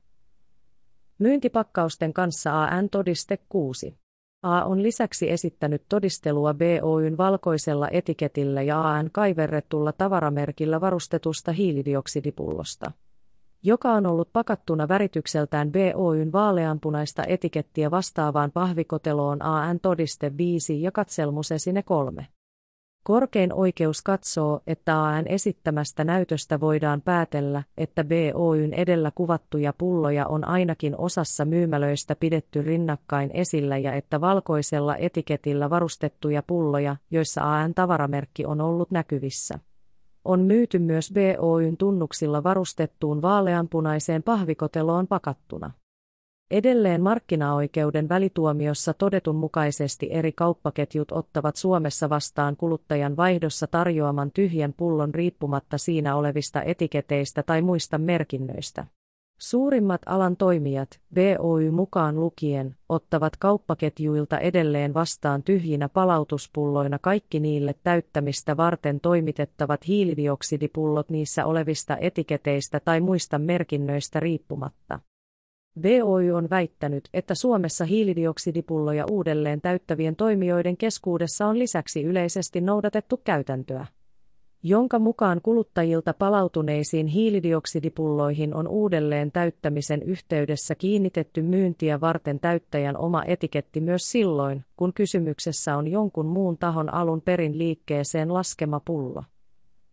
S1: myyntipakkausten kanssa AN-todiste 6. A on lisäksi esittänyt todistelua B Oyn valkoisella etiketillä ja AN kaiverretulla tavaramerkillä varustetusta hiilidioksidipullosta, joka on ollut pakattuna väritykseltään B Oyn vaaleanpunaista etikettiä vastaavaan pahvikoteloon AN-todiste 5 ja katselmusesine 3. Korkein oikeus katsoo, että AN esittämästä näytöstä voidaan päätellä, että B Oyn edellä kuvattuja pulloja on ainakin osassa myymälöistä pidetty rinnakkain esillä ja että valkoisella etiketillä varustettuja pulloja, joissa AN tavaramerkki on ollut näkyvissä, on myyty myös B Oyn tunnuksilla varustettuun vaaleanpunaiseen pahvikoteloon pakattuna. Edelleen markkinaoikeuden välituomiossa todetun mukaisesti eri kauppaketjut ottavat Suomessa vastaan kuluttajan vaihdossa tarjoaman tyhjän pullon riippumatta siinä olevista etiketeistä tai muista merkinnöistä. Suurimmat alan toimijat, B Oy mukaan lukien, ottavat kauppaketjuilta edelleen vastaan tyhjinä palautuspulloina kaikki niille täyttämistä varten toimitettavat hiilidioksidipullot niissä olevista etiketeistä tai muista merkinnöistä riippumatta. B Oy on väittänyt, että Suomessa hiilidioksidipulloja uudelleen täyttävien toimijoiden keskuudessa on lisäksi yleisesti noudatettu käytäntöä, jonka mukaan kuluttajilta palautuneisiin hiilidioksidipulloihin on uudelleen täyttämisen yhteydessä kiinnitetty myyntiä varten täyttäjän oma etiketti myös silloin, kun kysymyksessä on jonkun muun tahon alun perin liikkeeseen laskema pullo,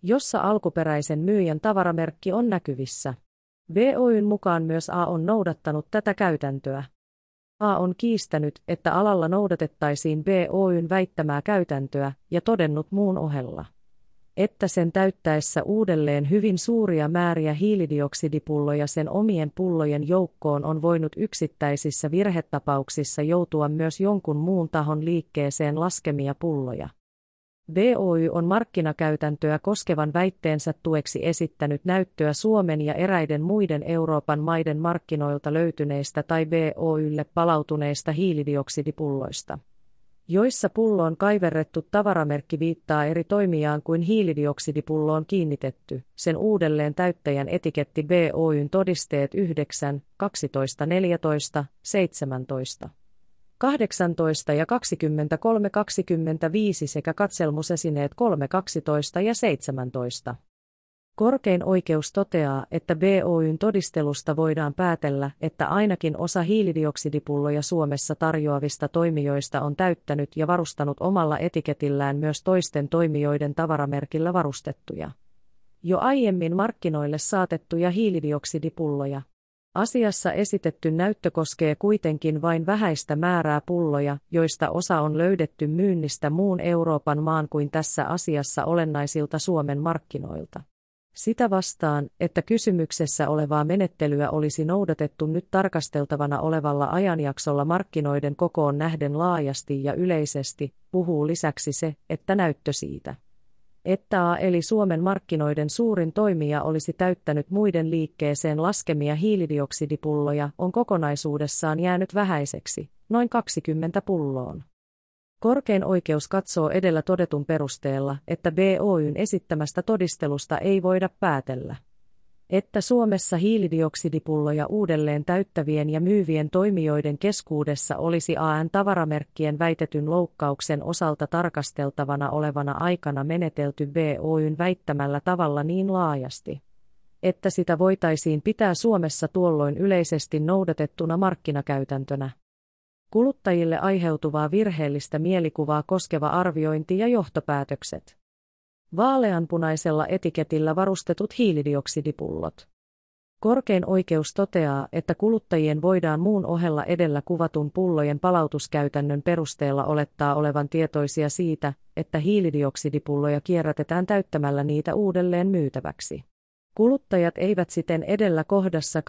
S1: jossa alkuperäisen myyjän tavaramerkki on näkyvissä. VOY:n mukaan myös A on noudattanut tätä käytäntöä. A on kiistänyt, että alalla noudatettaisiin VOY:n väittämää käytäntöä ja todennut muun ohella, että sen täyttäessä uudelleen hyvin suuria määriä hiilidioksidipulloja sen omien pullojen joukkoon on voinut yksittäisissä virhetapauksissa joutua myös jonkun muun tahon liikkeeseen laskemia pulloja. VOY on markkinakäytäntöä koskevan väitteensä tueksi esittänyt näyttöä Suomen ja eräiden muiden Euroopan maiden markkinoilta löytyneistä tai VOYlle palautuneista hiilidioksidipulloista, joissa pulloon kaiverrettu tavaramerkki viittaa eri toimijaan kuin hiilidioksidipulloon kiinnitetty, sen uudelleen täyttäjän etiketti VOY:n todisteet 9, 12, 14, 17. 18 ja 23-25 sekä katselmusesineet 3, 12 ja 17. Korkein oikeus toteaa, että VOY:n todistelusta voidaan päätellä, että ainakin osa hiilidioksidipulloja Suomessa tarjoavista toimijoista on täyttänyt ja varustanut omalla etiketillään myös toisten toimijoiden tavaramerkillä varustettuja, jo aiemmin markkinoille saatettuja hiilidioksidipulloja. Asiassa esitetty näyttö koskee kuitenkin vain vähäistä määrää pulloja, joista osa on löydetty myynnistä muun Euroopan maan kuin tässä asiassa olennaisilta Suomen markkinoilta. Sitä vastaan, että kysymyksessä olevaa menettelyä olisi noudatettu nyt tarkasteltavana olevalla ajanjaksolla markkinoiden kokoon nähden laajasti ja yleisesti, puhuu lisäksi se, että näyttö siitä, että A eli Suomen markkinoiden suurin toimija olisi täyttänyt muiden liikkeeseen laskemia hiilidioksidipulloja, on kokonaisuudessaan jäänyt vähäiseksi, noin 20 pulloon. Korkein oikeus katsoo edellä todetun perusteella, että VOY:n esittämästä todistelusta ei voida päätellä, että Suomessa hiilidioksidipulloja uudelleen täyttävien ja myyvien toimijoiden keskuudessa olisi AN-tavaramerkkien väitetyn loukkauksen osalta tarkasteltavana olevana aikana menetelty VOY:n väittämällä tavalla niin laajasti, että sitä voitaisiin pitää Suomessa tuolloin yleisesti noudatettuna markkinakäytäntönä. Kuluttajille aiheutuvaa virheellistä mielikuvaa koskeva arviointi ja johtopäätökset. Vaaleanpunaisella etiketillä varustetut hiilidioksidipullot. Korkein oikeus toteaa, että kuluttajien voidaan muun ohella edellä kuvatun pullojen palautuskäytännön perusteella olettaa olevan tietoisia siitä, että hiilidioksidipulloja kierrätetään täyttämällä niitä uudelleen myytäväksi. Kuluttajat eivät siten edellä kohdassa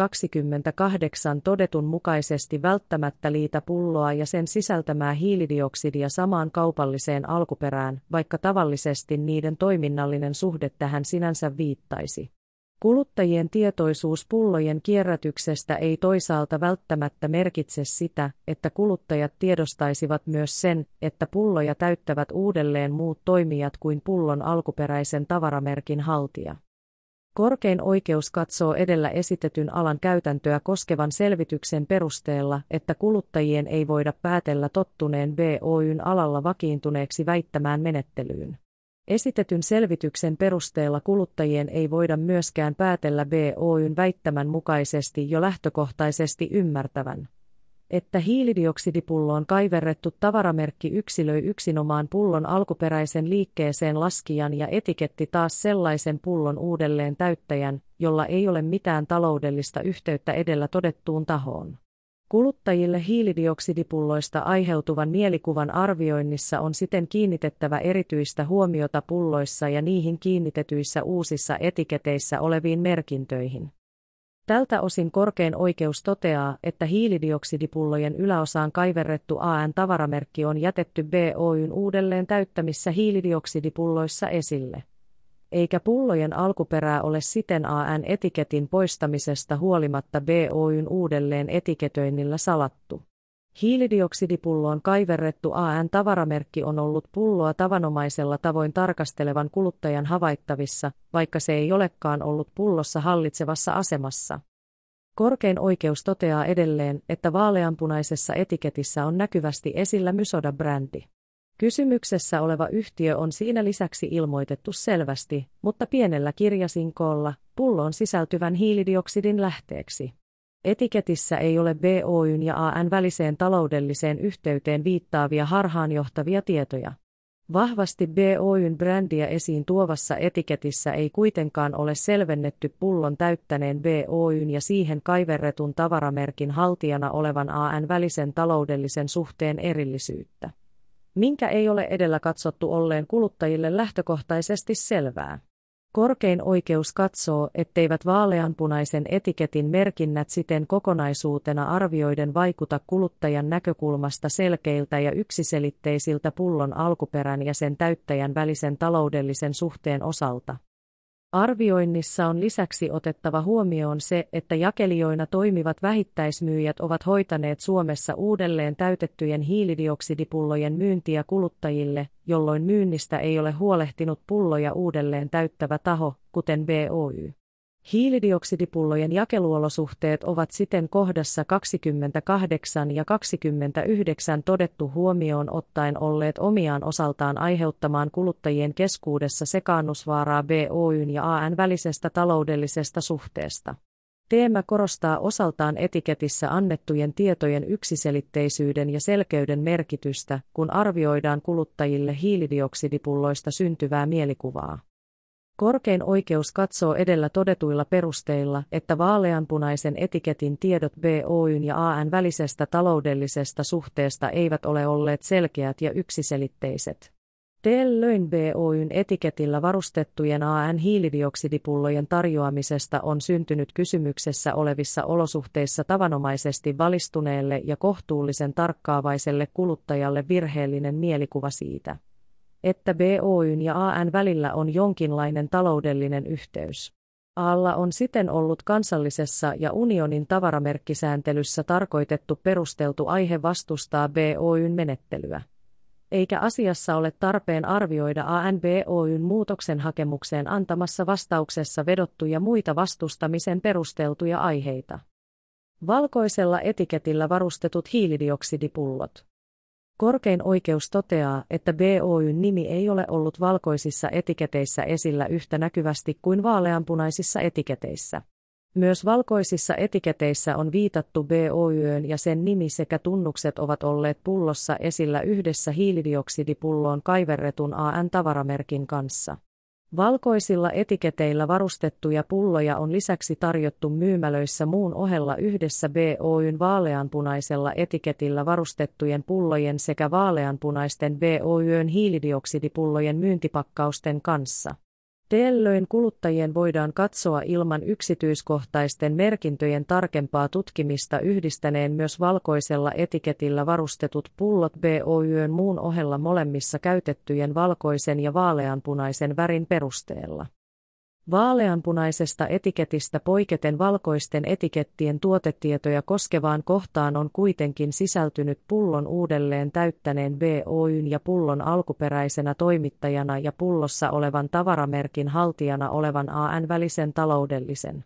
S1: 28 todetun mukaisesti välttämättä liitä pulloa ja sen sisältämää hiilidioksidia samaan kaupalliseen alkuperään, vaikka tavallisesti niiden toiminnallinen suhde tähän sinänsä viittaisi. Kuluttajien tietoisuus pullojen kierrätyksestä ei toisaalta välttämättä merkitse sitä, että kuluttajat tiedostaisivat myös sen, että pulloja täyttävät uudelleen muut toimijat kuin pullon alkuperäisen tavaramerkin haltija. Korkein oikeus katsoo edellä esitetyn alan käytäntöä koskevan selvityksen perusteella, että kuluttajien ei voida päätellä tottuneen VOY:n alalla vakiintuneeksi väittämään menettelyyn. Esitetyn selvityksen perusteella kuluttajien ei voida myöskään päätellä VOY:n väittämän mukaisesti jo lähtökohtaisesti ymmärtävän, että hiilidioksidipulloon kaiverrettu tavaramerkki yksilöi yksinomaan pullon alkuperäisen liikkeeseen laskijan ja etiketti taas sellaisen pullon uudelleen täyttäjän, jolla ei ole mitään taloudellista yhteyttä edellä todettuun tahoon. Kuluttajille hiilidioksidipulloista aiheutuvan mielikuvan arvioinnissa on siten kiinnitettävä erityistä huomiota pulloissa ja niihin kiinnitetyissä uusissa etiketeissä oleviin merkintöihin. Tältä osin korkein oikeus toteaa, että hiilidioksidipullojen yläosaan kaiverrettu AN-tavaramerkki on jätetty VOY:n uudelleen täyttämissä hiilidioksidipulloissa esille, eikä pullojen alkuperää ole siten AN-etiketin poistamisesta huolimatta VOY:n uudelleen etiketöinnillä salattu. Hiilidioksidipulloon kaiverrettu AN-tavaramerkki on ollut pulloa tavanomaisella tavoin tarkastelevan kuluttajan havaittavissa, vaikka se ei olekaan ollut pullossa hallitsevassa asemassa. Korkein oikeus toteaa edelleen, että vaaleanpunaisessa etiketissä on näkyvästi esillä Mysoda-brändi. Kysymyksessä oleva yhtiö on siinä lisäksi ilmoitettu selvästi, mutta pienellä kirjasinkolla, pulloon sisältyvän hiilidioksidin lähteeksi. Etiketissä ei ole VOY:n ja AN väliseen taloudelliseen yhteyteen viittaavia harhaanjohtavia tietoja. Vahvasti BOY:n brändiä esiin tuovassa etiketissä ei kuitenkaan ole selvennetty pullon täyttäneen BOY:n ja siihen kaiverretun tavaramerkin haltijana olevan AN välisen taloudellisen suhteen erillisyyttä, minkä ei ole edellä katsottu olleen kuluttajille lähtökohtaisesti selvää. Korkein oikeus katsoo, etteivät vaaleanpunaisen etiketin merkinnät siten kokonaisuutena arvioiden vaikuta kuluttajan näkökulmasta selkeiltä ja yksiselitteisiltä pullon alkuperän ja sen täyttäjän välisen taloudellisen suhteen osalta. Arvioinnissa on lisäksi otettava huomioon se, että jakelijoina toimivat vähittäismyyjät ovat hoitaneet Suomessa uudelleen täytettyjen hiilidioksidipullojen myyntiä kuluttajille, jolloin myynnistä ei ole huolehtinut pulloja uudelleen täyttävä taho, kuten BOY. Hiilidioksidipullojen jakeluolosuhteet ovat siten kohdassa 28 ja 29 todettu huomioon ottaen olleet omiaan osaltaan aiheuttamaan kuluttajien keskuudessa sekaannusvaaraa BOY:n ja AN välisestä taloudellisesta suhteesta. Teema korostaa osaltaan etiketissä annettujen tietojen yksiselitteisyyden ja selkeyden merkitystä, kun arvioidaan kuluttajille hiilidioksidipulloista syntyvää mielikuvaa. Korkein oikeus katsoo edellä todetuilla perusteilla, että vaaleanpunaisen etiketin tiedot BOY:n ja AN välisestä taloudellisesta suhteesta eivät ole olleet selkeät ja yksiselitteiset. Tällöin BOY:n etiketillä varustettujen AN hiilidioksidipullojen tarjoamisesta on syntynyt kysymyksessä olevissa olosuhteissa tavanomaisesti valistuneelle ja kohtuullisen tarkkaavaiselle kuluttajalle virheellinen mielikuva siitä, että BOY:n ja AN välillä on jonkinlainen taloudellinen yhteys. A:lla on siten ollut kansallisessa ja unionin tavaramerkkisääntelyssä tarkoitettu perusteltu aihe vastustaa BOY:n menettelyä, eikä asiassa ole tarpeen arvioida AN BOY:n muutoksenhakemukseen antamassa vastauksessa vedottuja muita vastustamisen perusteltuja aiheita. Valkoisella etiketillä varustetut hiilidioksidipullot. Korkein oikeus toteaa, että BOY:n nimi ei ole ollut valkoisissa etiketeissä esillä yhtä näkyvästi kuin vaaleanpunaisissa etiketeissä. Myös valkoisissa etiketeissä on viitattu BOY:n ja sen nimi sekä tunnukset ovat olleet pullossa esillä yhdessä hiilidioksidipulloon kaiverretun AN-tavaramerkin kanssa. Valkoisilla etiketeillä varustettuja pulloja on lisäksi tarjottu myymälöissä muun ohella yhdessä BOY:n vaaleanpunaisella etiketillä varustettujen pullojen sekä vaaleanpunaisten BOY:n hiilidioksidipullojen myyntipakkausten kanssa. Tällöin kuluttajien voidaan katsoa ilman yksityiskohtaisten merkintöjen tarkempaa tutkimista yhdistäneen myös valkoisella etiketillä varustetut pullot BOY:n muun ohella molemmissa käytettyjen valkoisen ja vaaleanpunaisen värin perusteella. Vaaleanpunaisesta etiketistä poiketen valkoisten etikettien tuotetietoja koskevaan kohtaan on kuitenkin sisältynyt pullon uudelleen täyttäneen BOY:n ja pullon alkuperäisenä toimittajana ja pullossa olevan tavaramerkin haltijana olevan AN välisen taloudellisen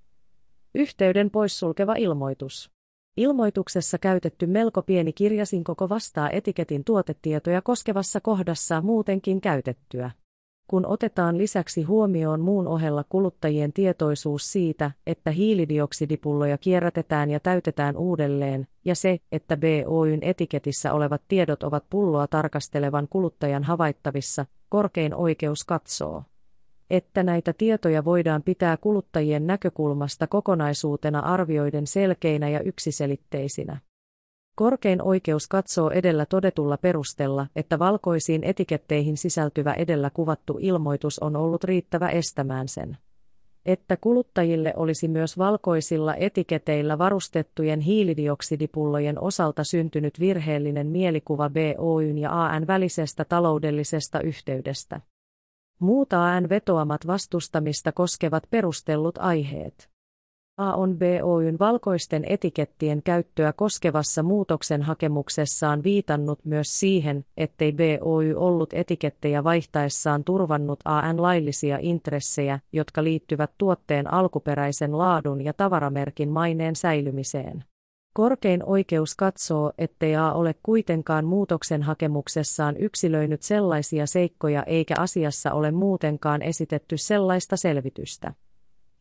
S1: yhteyden poissulkeva ilmoitus. Ilmoituksessa käytetty melko pieni kirjasinkoko vastaa etiketin tuotetietoja koskevassa kohdassa muutenkin käytettyä. Kun otetaan lisäksi huomioon muun ohella kuluttajien tietoisuus siitä, että hiilidioksidipulloja kierrätetään ja täytetään uudelleen, ja se, että BOY:n etiketissä olevat tiedot ovat pulloa tarkastelevan kuluttajan havaittavissa, korkein oikeus katsoo, että näitä tietoja voidaan pitää kuluttajien näkökulmasta kokonaisuutena arvioiden selkeinä ja yksiselitteisinä. Korkein oikeus katsoo edellä todetulla perusteella, että valkoisiin etiketteihin sisältyvä edellä kuvattu ilmoitus on ollut riittävä estämään sen, että kuluttajille olisi myös valkoisilla etiketeillä varustettujen hiilidioksidipullojen osalta syntynyt virheellinen mielikuva BOY:n ja AN välisestä taloudellisesta yhteydestä. Muut AN vetoamat vastustamista koskevat perustellut aiheet. A on BOY:n valkoisten etikettien käyttöä koskevassa muutoksenhakemuksessaan viitannut myös siihen, ettei BOY ollut etikettejä vaihtaessaan turvannut AN laillisia intressejä, jotka liittyvät tuotteen alkuperäisen laadun ja tavaramerkin maineen säilymiseen. Korkein oikeus katsoo, ettei A ole kuitenkaan muutoksenhakemuksessaan yksilöinyt sellaisia seikkoja eikä asiassa ole muutenkaan esitetty sellaista selvitystä,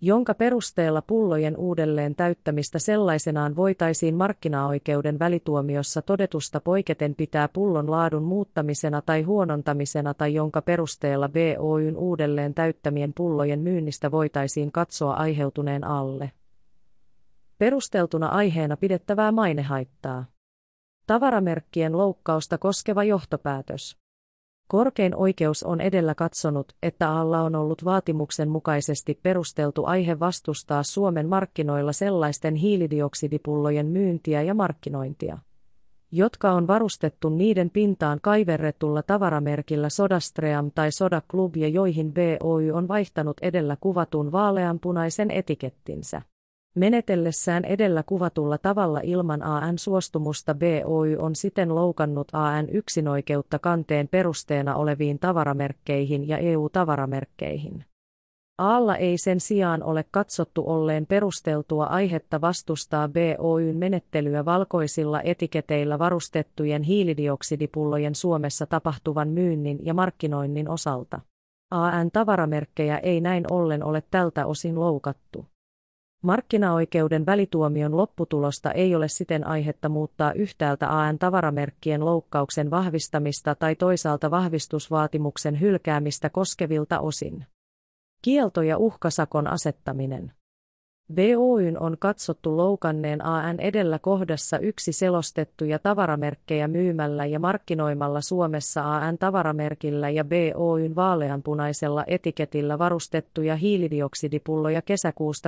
S1: jonka perusteella pullojen uudelleen täyttämistä sellaisenaan voitaisiin markkinaoikeuden välituomiossa todetusta poiketen pitää pullon laadun muuttamisena tai huonontamisena tai jonka perusteella BOY:n uudelleen täyttämien pullojen myynnistä voitaisiin katsoa aiheutuneen alle perusteltuna aiheena pidettävää mainehaittaa. Tavaramerkkien loukkausta koskeva johtopäätös. Korkein oikeus on edellä katsonut, että alla on ollut vaatimuksen mukaisesti perusteltu aihe vastustaa Suomen markkinoilla sellaisten hiilidioksidipullojen myyntiä ja markkinointia, jotka on varustettu niiden pintaan kaiverretulla tavaramerkillä SodaStream tai Soda Club ja joihin BOY on vaihtanut edellä kuvatun vaaleanpunaisen etikettinsä. Menetellessään edellä kuvatulla tavalla ilman AN suostumusta BOY on siten loukannut AN yksinoikeutta kanteen perusteena oleviin tavaramerkkeihin ja EU-tavaramerkkeihin. Alla ei sen sijaan ole katsottu olleen perusteltua aihetta vastustaa BOY:n menettelyä valkoisilla etiketeillä varustettujen hiilidioksidipullojen Suomessa tapahtuvan myynnin ja markkinoinnin osalta. AN-tavaramerkkejä ei näin ollen ole tältä osin loukattu. Markkinaoikeuden välituomion lopputulosta ei ole siten aihetta muuttaa yhtäältä AN-tavaramerkkien loukkauksen vahvistamista tai toisaalta vahvistusvaatimuksen hylkäämistä koskevilta osin. Kielto ja uhkasakon asettaminen. BOY:n on katsottu loukanneen AN edellä kohdassa 1 selostettuja tavaramerkkejä myymällä ja markkinoimalla Suomessa AN-tavaramerkillä ja BOY:n vaaleanpunaisella etiketillä varustettuja hiilidioksidipulloja kesäkuusta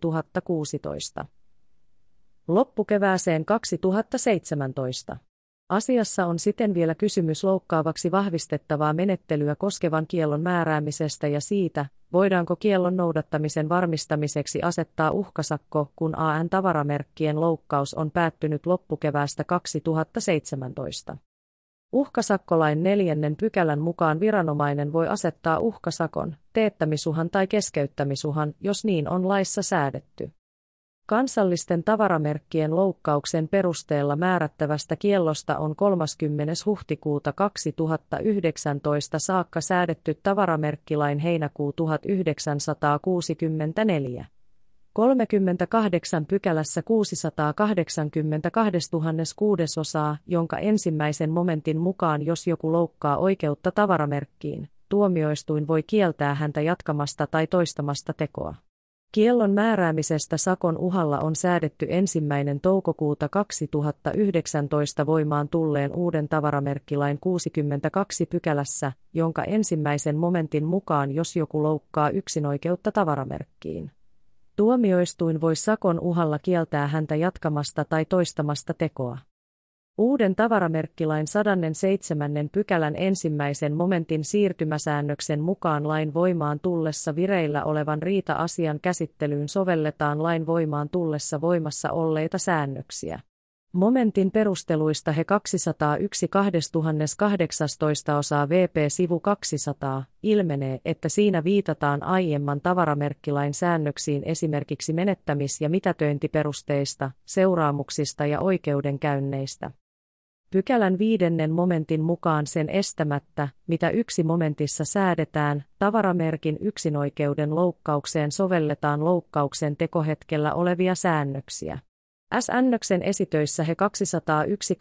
S1: 2016. Loppukevääseen 2017. Asiassa on siten vielä kysymys loukkaavaksi vahvistettavaa menettelyä koskevan kiellon määräämisestä ja siitä, voidaanko kiellon noudattamisen varmistamiseksi asettaa uhkasakko, kun AN-tavaramerkkien loukkaus on päättynyt loppukeväästä 2017. Uhkasakkolain 4. pykälän mukaan viranomainen voi asettaa uhkasakon, teettämisuhan tai keskeyttämisuhan, jos niin on laissa säädetty. Kansallisten tavaramerkkien loukkauksen perusteella määrättävästä kiellosta on 30. huhtikuuta 2019 saakka säädetty tavaramerkkilain heinäkuu 1964. 38 pykälässä 682 006, jonka ensimmäisen momentin mukaan jos joku loukkaa oikeutta tavaramerkkiin, tuomioistuin voi kieltää häntä jatkamasta tai toistamasta tekoa. Kiellon määräämisestä sakon uhalla on säädetty 1. toukokuuta 2019 voimaan tulleen uuden tavaramerkkilain 62 pykälässä, jonka ensimmäisen momentin mukaan jos joku loukkaa yksinoikeutta tavaramerkkiin, tuomioistuin voi sakon uhalla kieltää häntä jatkamasta tai toistamasta tekoa. Uuden tavaramerkkilain 107. pykälän ensimmäisen momentin siirtymäsäännöksen mukaan lain voimaan tullessa vireillä olevan riita-asian käsittelyyn sovelletaan lain voimaan tullessa voimassa olleita säännöksiä. Momentin perusteluista he 201 2018 osaa VP sivu 200 ilmenee, että siinä viitataan aiemman tavaramerkkilain säännöksiin esimerkiksi menettämis- ja mitätöintiperusteista, seuraamuksista ja oikeudenkäynneistä. Pykälän 5. momentin mukaan sen estämättä, mitä 1 momentissa säädetään, tavaramerkin yksinoikeuden loukkaukseen sovelletaan loukkauksen tekohetkellä olevia säännöksiä. S-nnöksen esitöissä he 201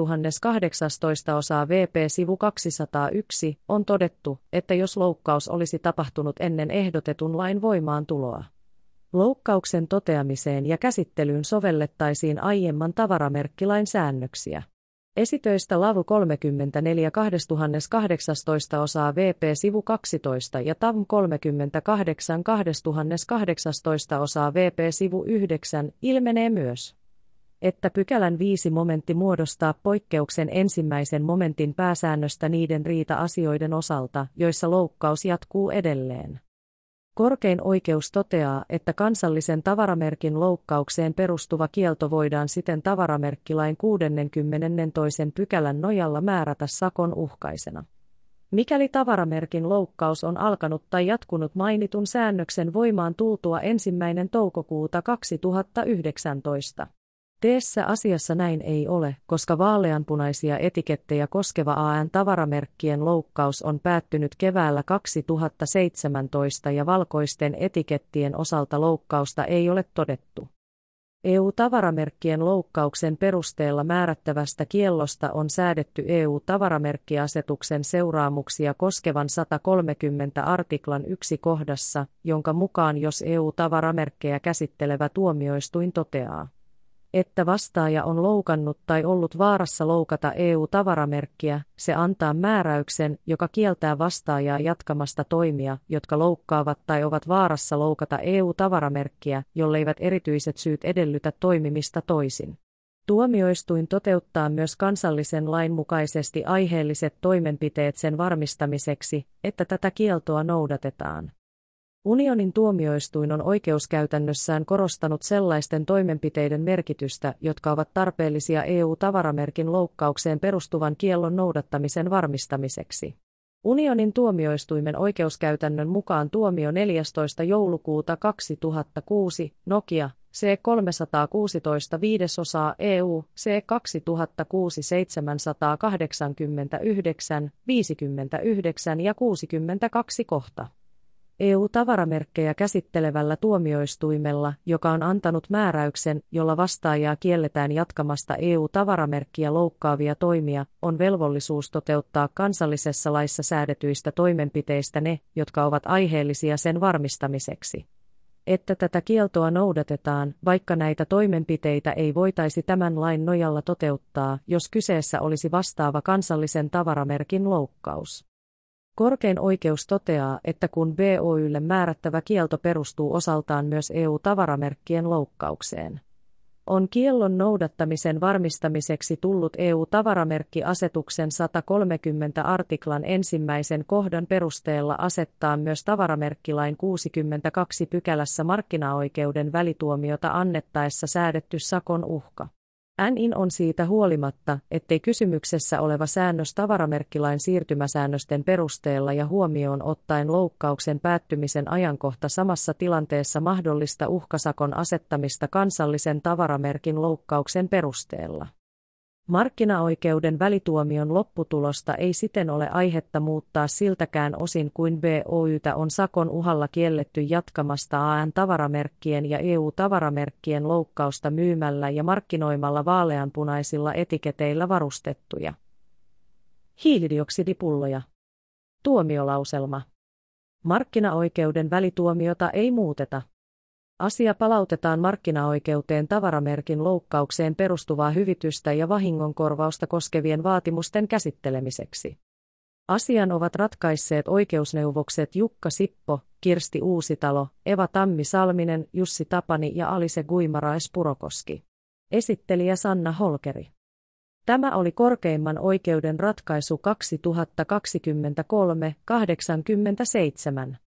S1: 2018 osaa VP sivu 201 on todettu, että jos loukkaus olisi tapahtunut ennen ehdotetun lain voimaantuloa, loukkauksen toteamiseen ja käsittelyyn sovellettaisiin aiemman tavaramerkkilain säännöksiä. Esitöistä lavu 34 2018 osaa VP sivu 12 ja TAV 38 2018 osaa VP sivu 9 ilmenee myös, että pykälän 5 momentti muodostaa poikkeuksen ensimmäisen momentin pääsäännöstä niiden riita-asioiden osalta, joissa loukkaus jatkuu edelleen. Korkein oikeus toteaa, että kansallisen tavaramerkin loukkaukseen perustuva kielto voidaan siten tavaramerkkilain 62. pykälän nojalla määrätä sakon uhkaisena, mikäli tavaramerkin loukkaus on alkanut tai jatkunut mainitun säännöksen voimaan tultua 1. toukokuuta 2019. Teessä asiassa näin ei ole, koska vaaleanpunaisia etikettejä koskeva AN-tavaramerkkien loukkaus on päättynyt keväällä 2017 ja valkoisten etikettien osalta loukkausta ei ole todettu. EU-tavaramerkkien loukkauksen perusteella määrättävästä kiellosta on säädetty EU-tavaramerkkiasetuksen seuraamuksia koskevan 130 artiklan 1 kohdassa, jonka mukaan jos EU-tavaramerkkejä käsittelevä tuomioistuin toteaa, että vastaaja on loukannut tai ollut vaarassa loukata EU-tavaramerkkiä, se antaa määräyksen, joka kieltää vastaajaa jatkamasta toimia, jotka loukkaavat tai ovat vaarassa loukata EU-tavaramerkkiä, jolleivät erityiset syyt edellytä toimimista toisin. Tuomioistuin toteuttaa myös kansallisen lain mukaisesti aiheelliset toimenpiteet sen varmistamiseksi, että tätä kieltoa noudatetaan. Unionin tuomioistuin on oikeuskäytännössään korostanut sellaisten toimenpiteiden merkitystä, jotka ovat tarpeellisia EU-tavaramerkin loukkaukseen perustuvan kiellon noudattamisen varmistamiseksi. Unionin tuomioistuimen oikeuskäytännön mukaan tuomio 14. joulukuuta 2006, Nokia, C316 5 EU, C2006 789, 59 ja 62 kohta. EU-tavaramerkkejä käsittelevällä tuomioistuimella, joka on antanut määräyksen, jolla vastaajaa kielletään jatkamasta EU-tavaramerkkiä loukkaavia toimia, on velvollisuus toteuttaa kansallisessa laissa säädetyistä toimenpiteistä ne, jotka ovat aiheellisia sen varmistamiseksi, että tätä kieltoa noudatetaan, vaikka näitä toimenpiteitä ei voitaisi tämän lain nojalla toteuttaa, jos kyseessä olisi vastaava kansallisen tavaramerkin loukkaus. Korkein oikeus toteaa, että kun BOYlle määrättävä kielto perustuu osaltaan myös EU-tavaramerkkien loukkaukseen, on kiellon noudattamisen varmistamiseksi tullut EU-tavaramerkkiasetuksen 130 artiklan ensimmäisen kohdan perusteella asettaa myös tavaramerkkilain 62 pykälässä markkinaoikeuden välituomiota annettaessa säädetty sakon uhka. NIN on siitä huolimatta, ettei kysymyksessä oleva säännös tavaramerkkilain siirtymäsäännösten perusteella ja huomioon ottaen loukkauksen päättymisen ajankohta samassa tilanteessa mahdollista uhkasakon asettamista kansallisen tavaramerkin loukkauksen perusteella. Markkinaoikeuden välituomion lopputulosta ei siten ole aihetta muuttaa siltäkään osin kuin BOYtä on sakon uhalla kielletty jatkamasta AN-tavaramerkkien ja EU-tavaramerkkien loukkausta myymällä ja markkinoimalla vaaleanpunaisilla etiketeillä varustettuja hiilidioksidipulloja. Tuomiolauselma. Markkinaoikeuden välituomiota ei muuteta. Asia palautetaan markkinaoikeuteen tavaramerkin loukkaukseen perustuvaa hyvitystä ja vahingonkorvausta koskevien vaatimusten käsittelemiseksi. Asian ovat ratkaisseet oikeusneuvokset Jukka Sippo, Kirsti Uusitalo, Eva Tammi-Salminen, Jussi Tapani ja Alise Guimaraes-Purokoski. Esittelijä Sanna Holkeri. Tämä oli korkeimman oikeuden ratkaisu 2023-87.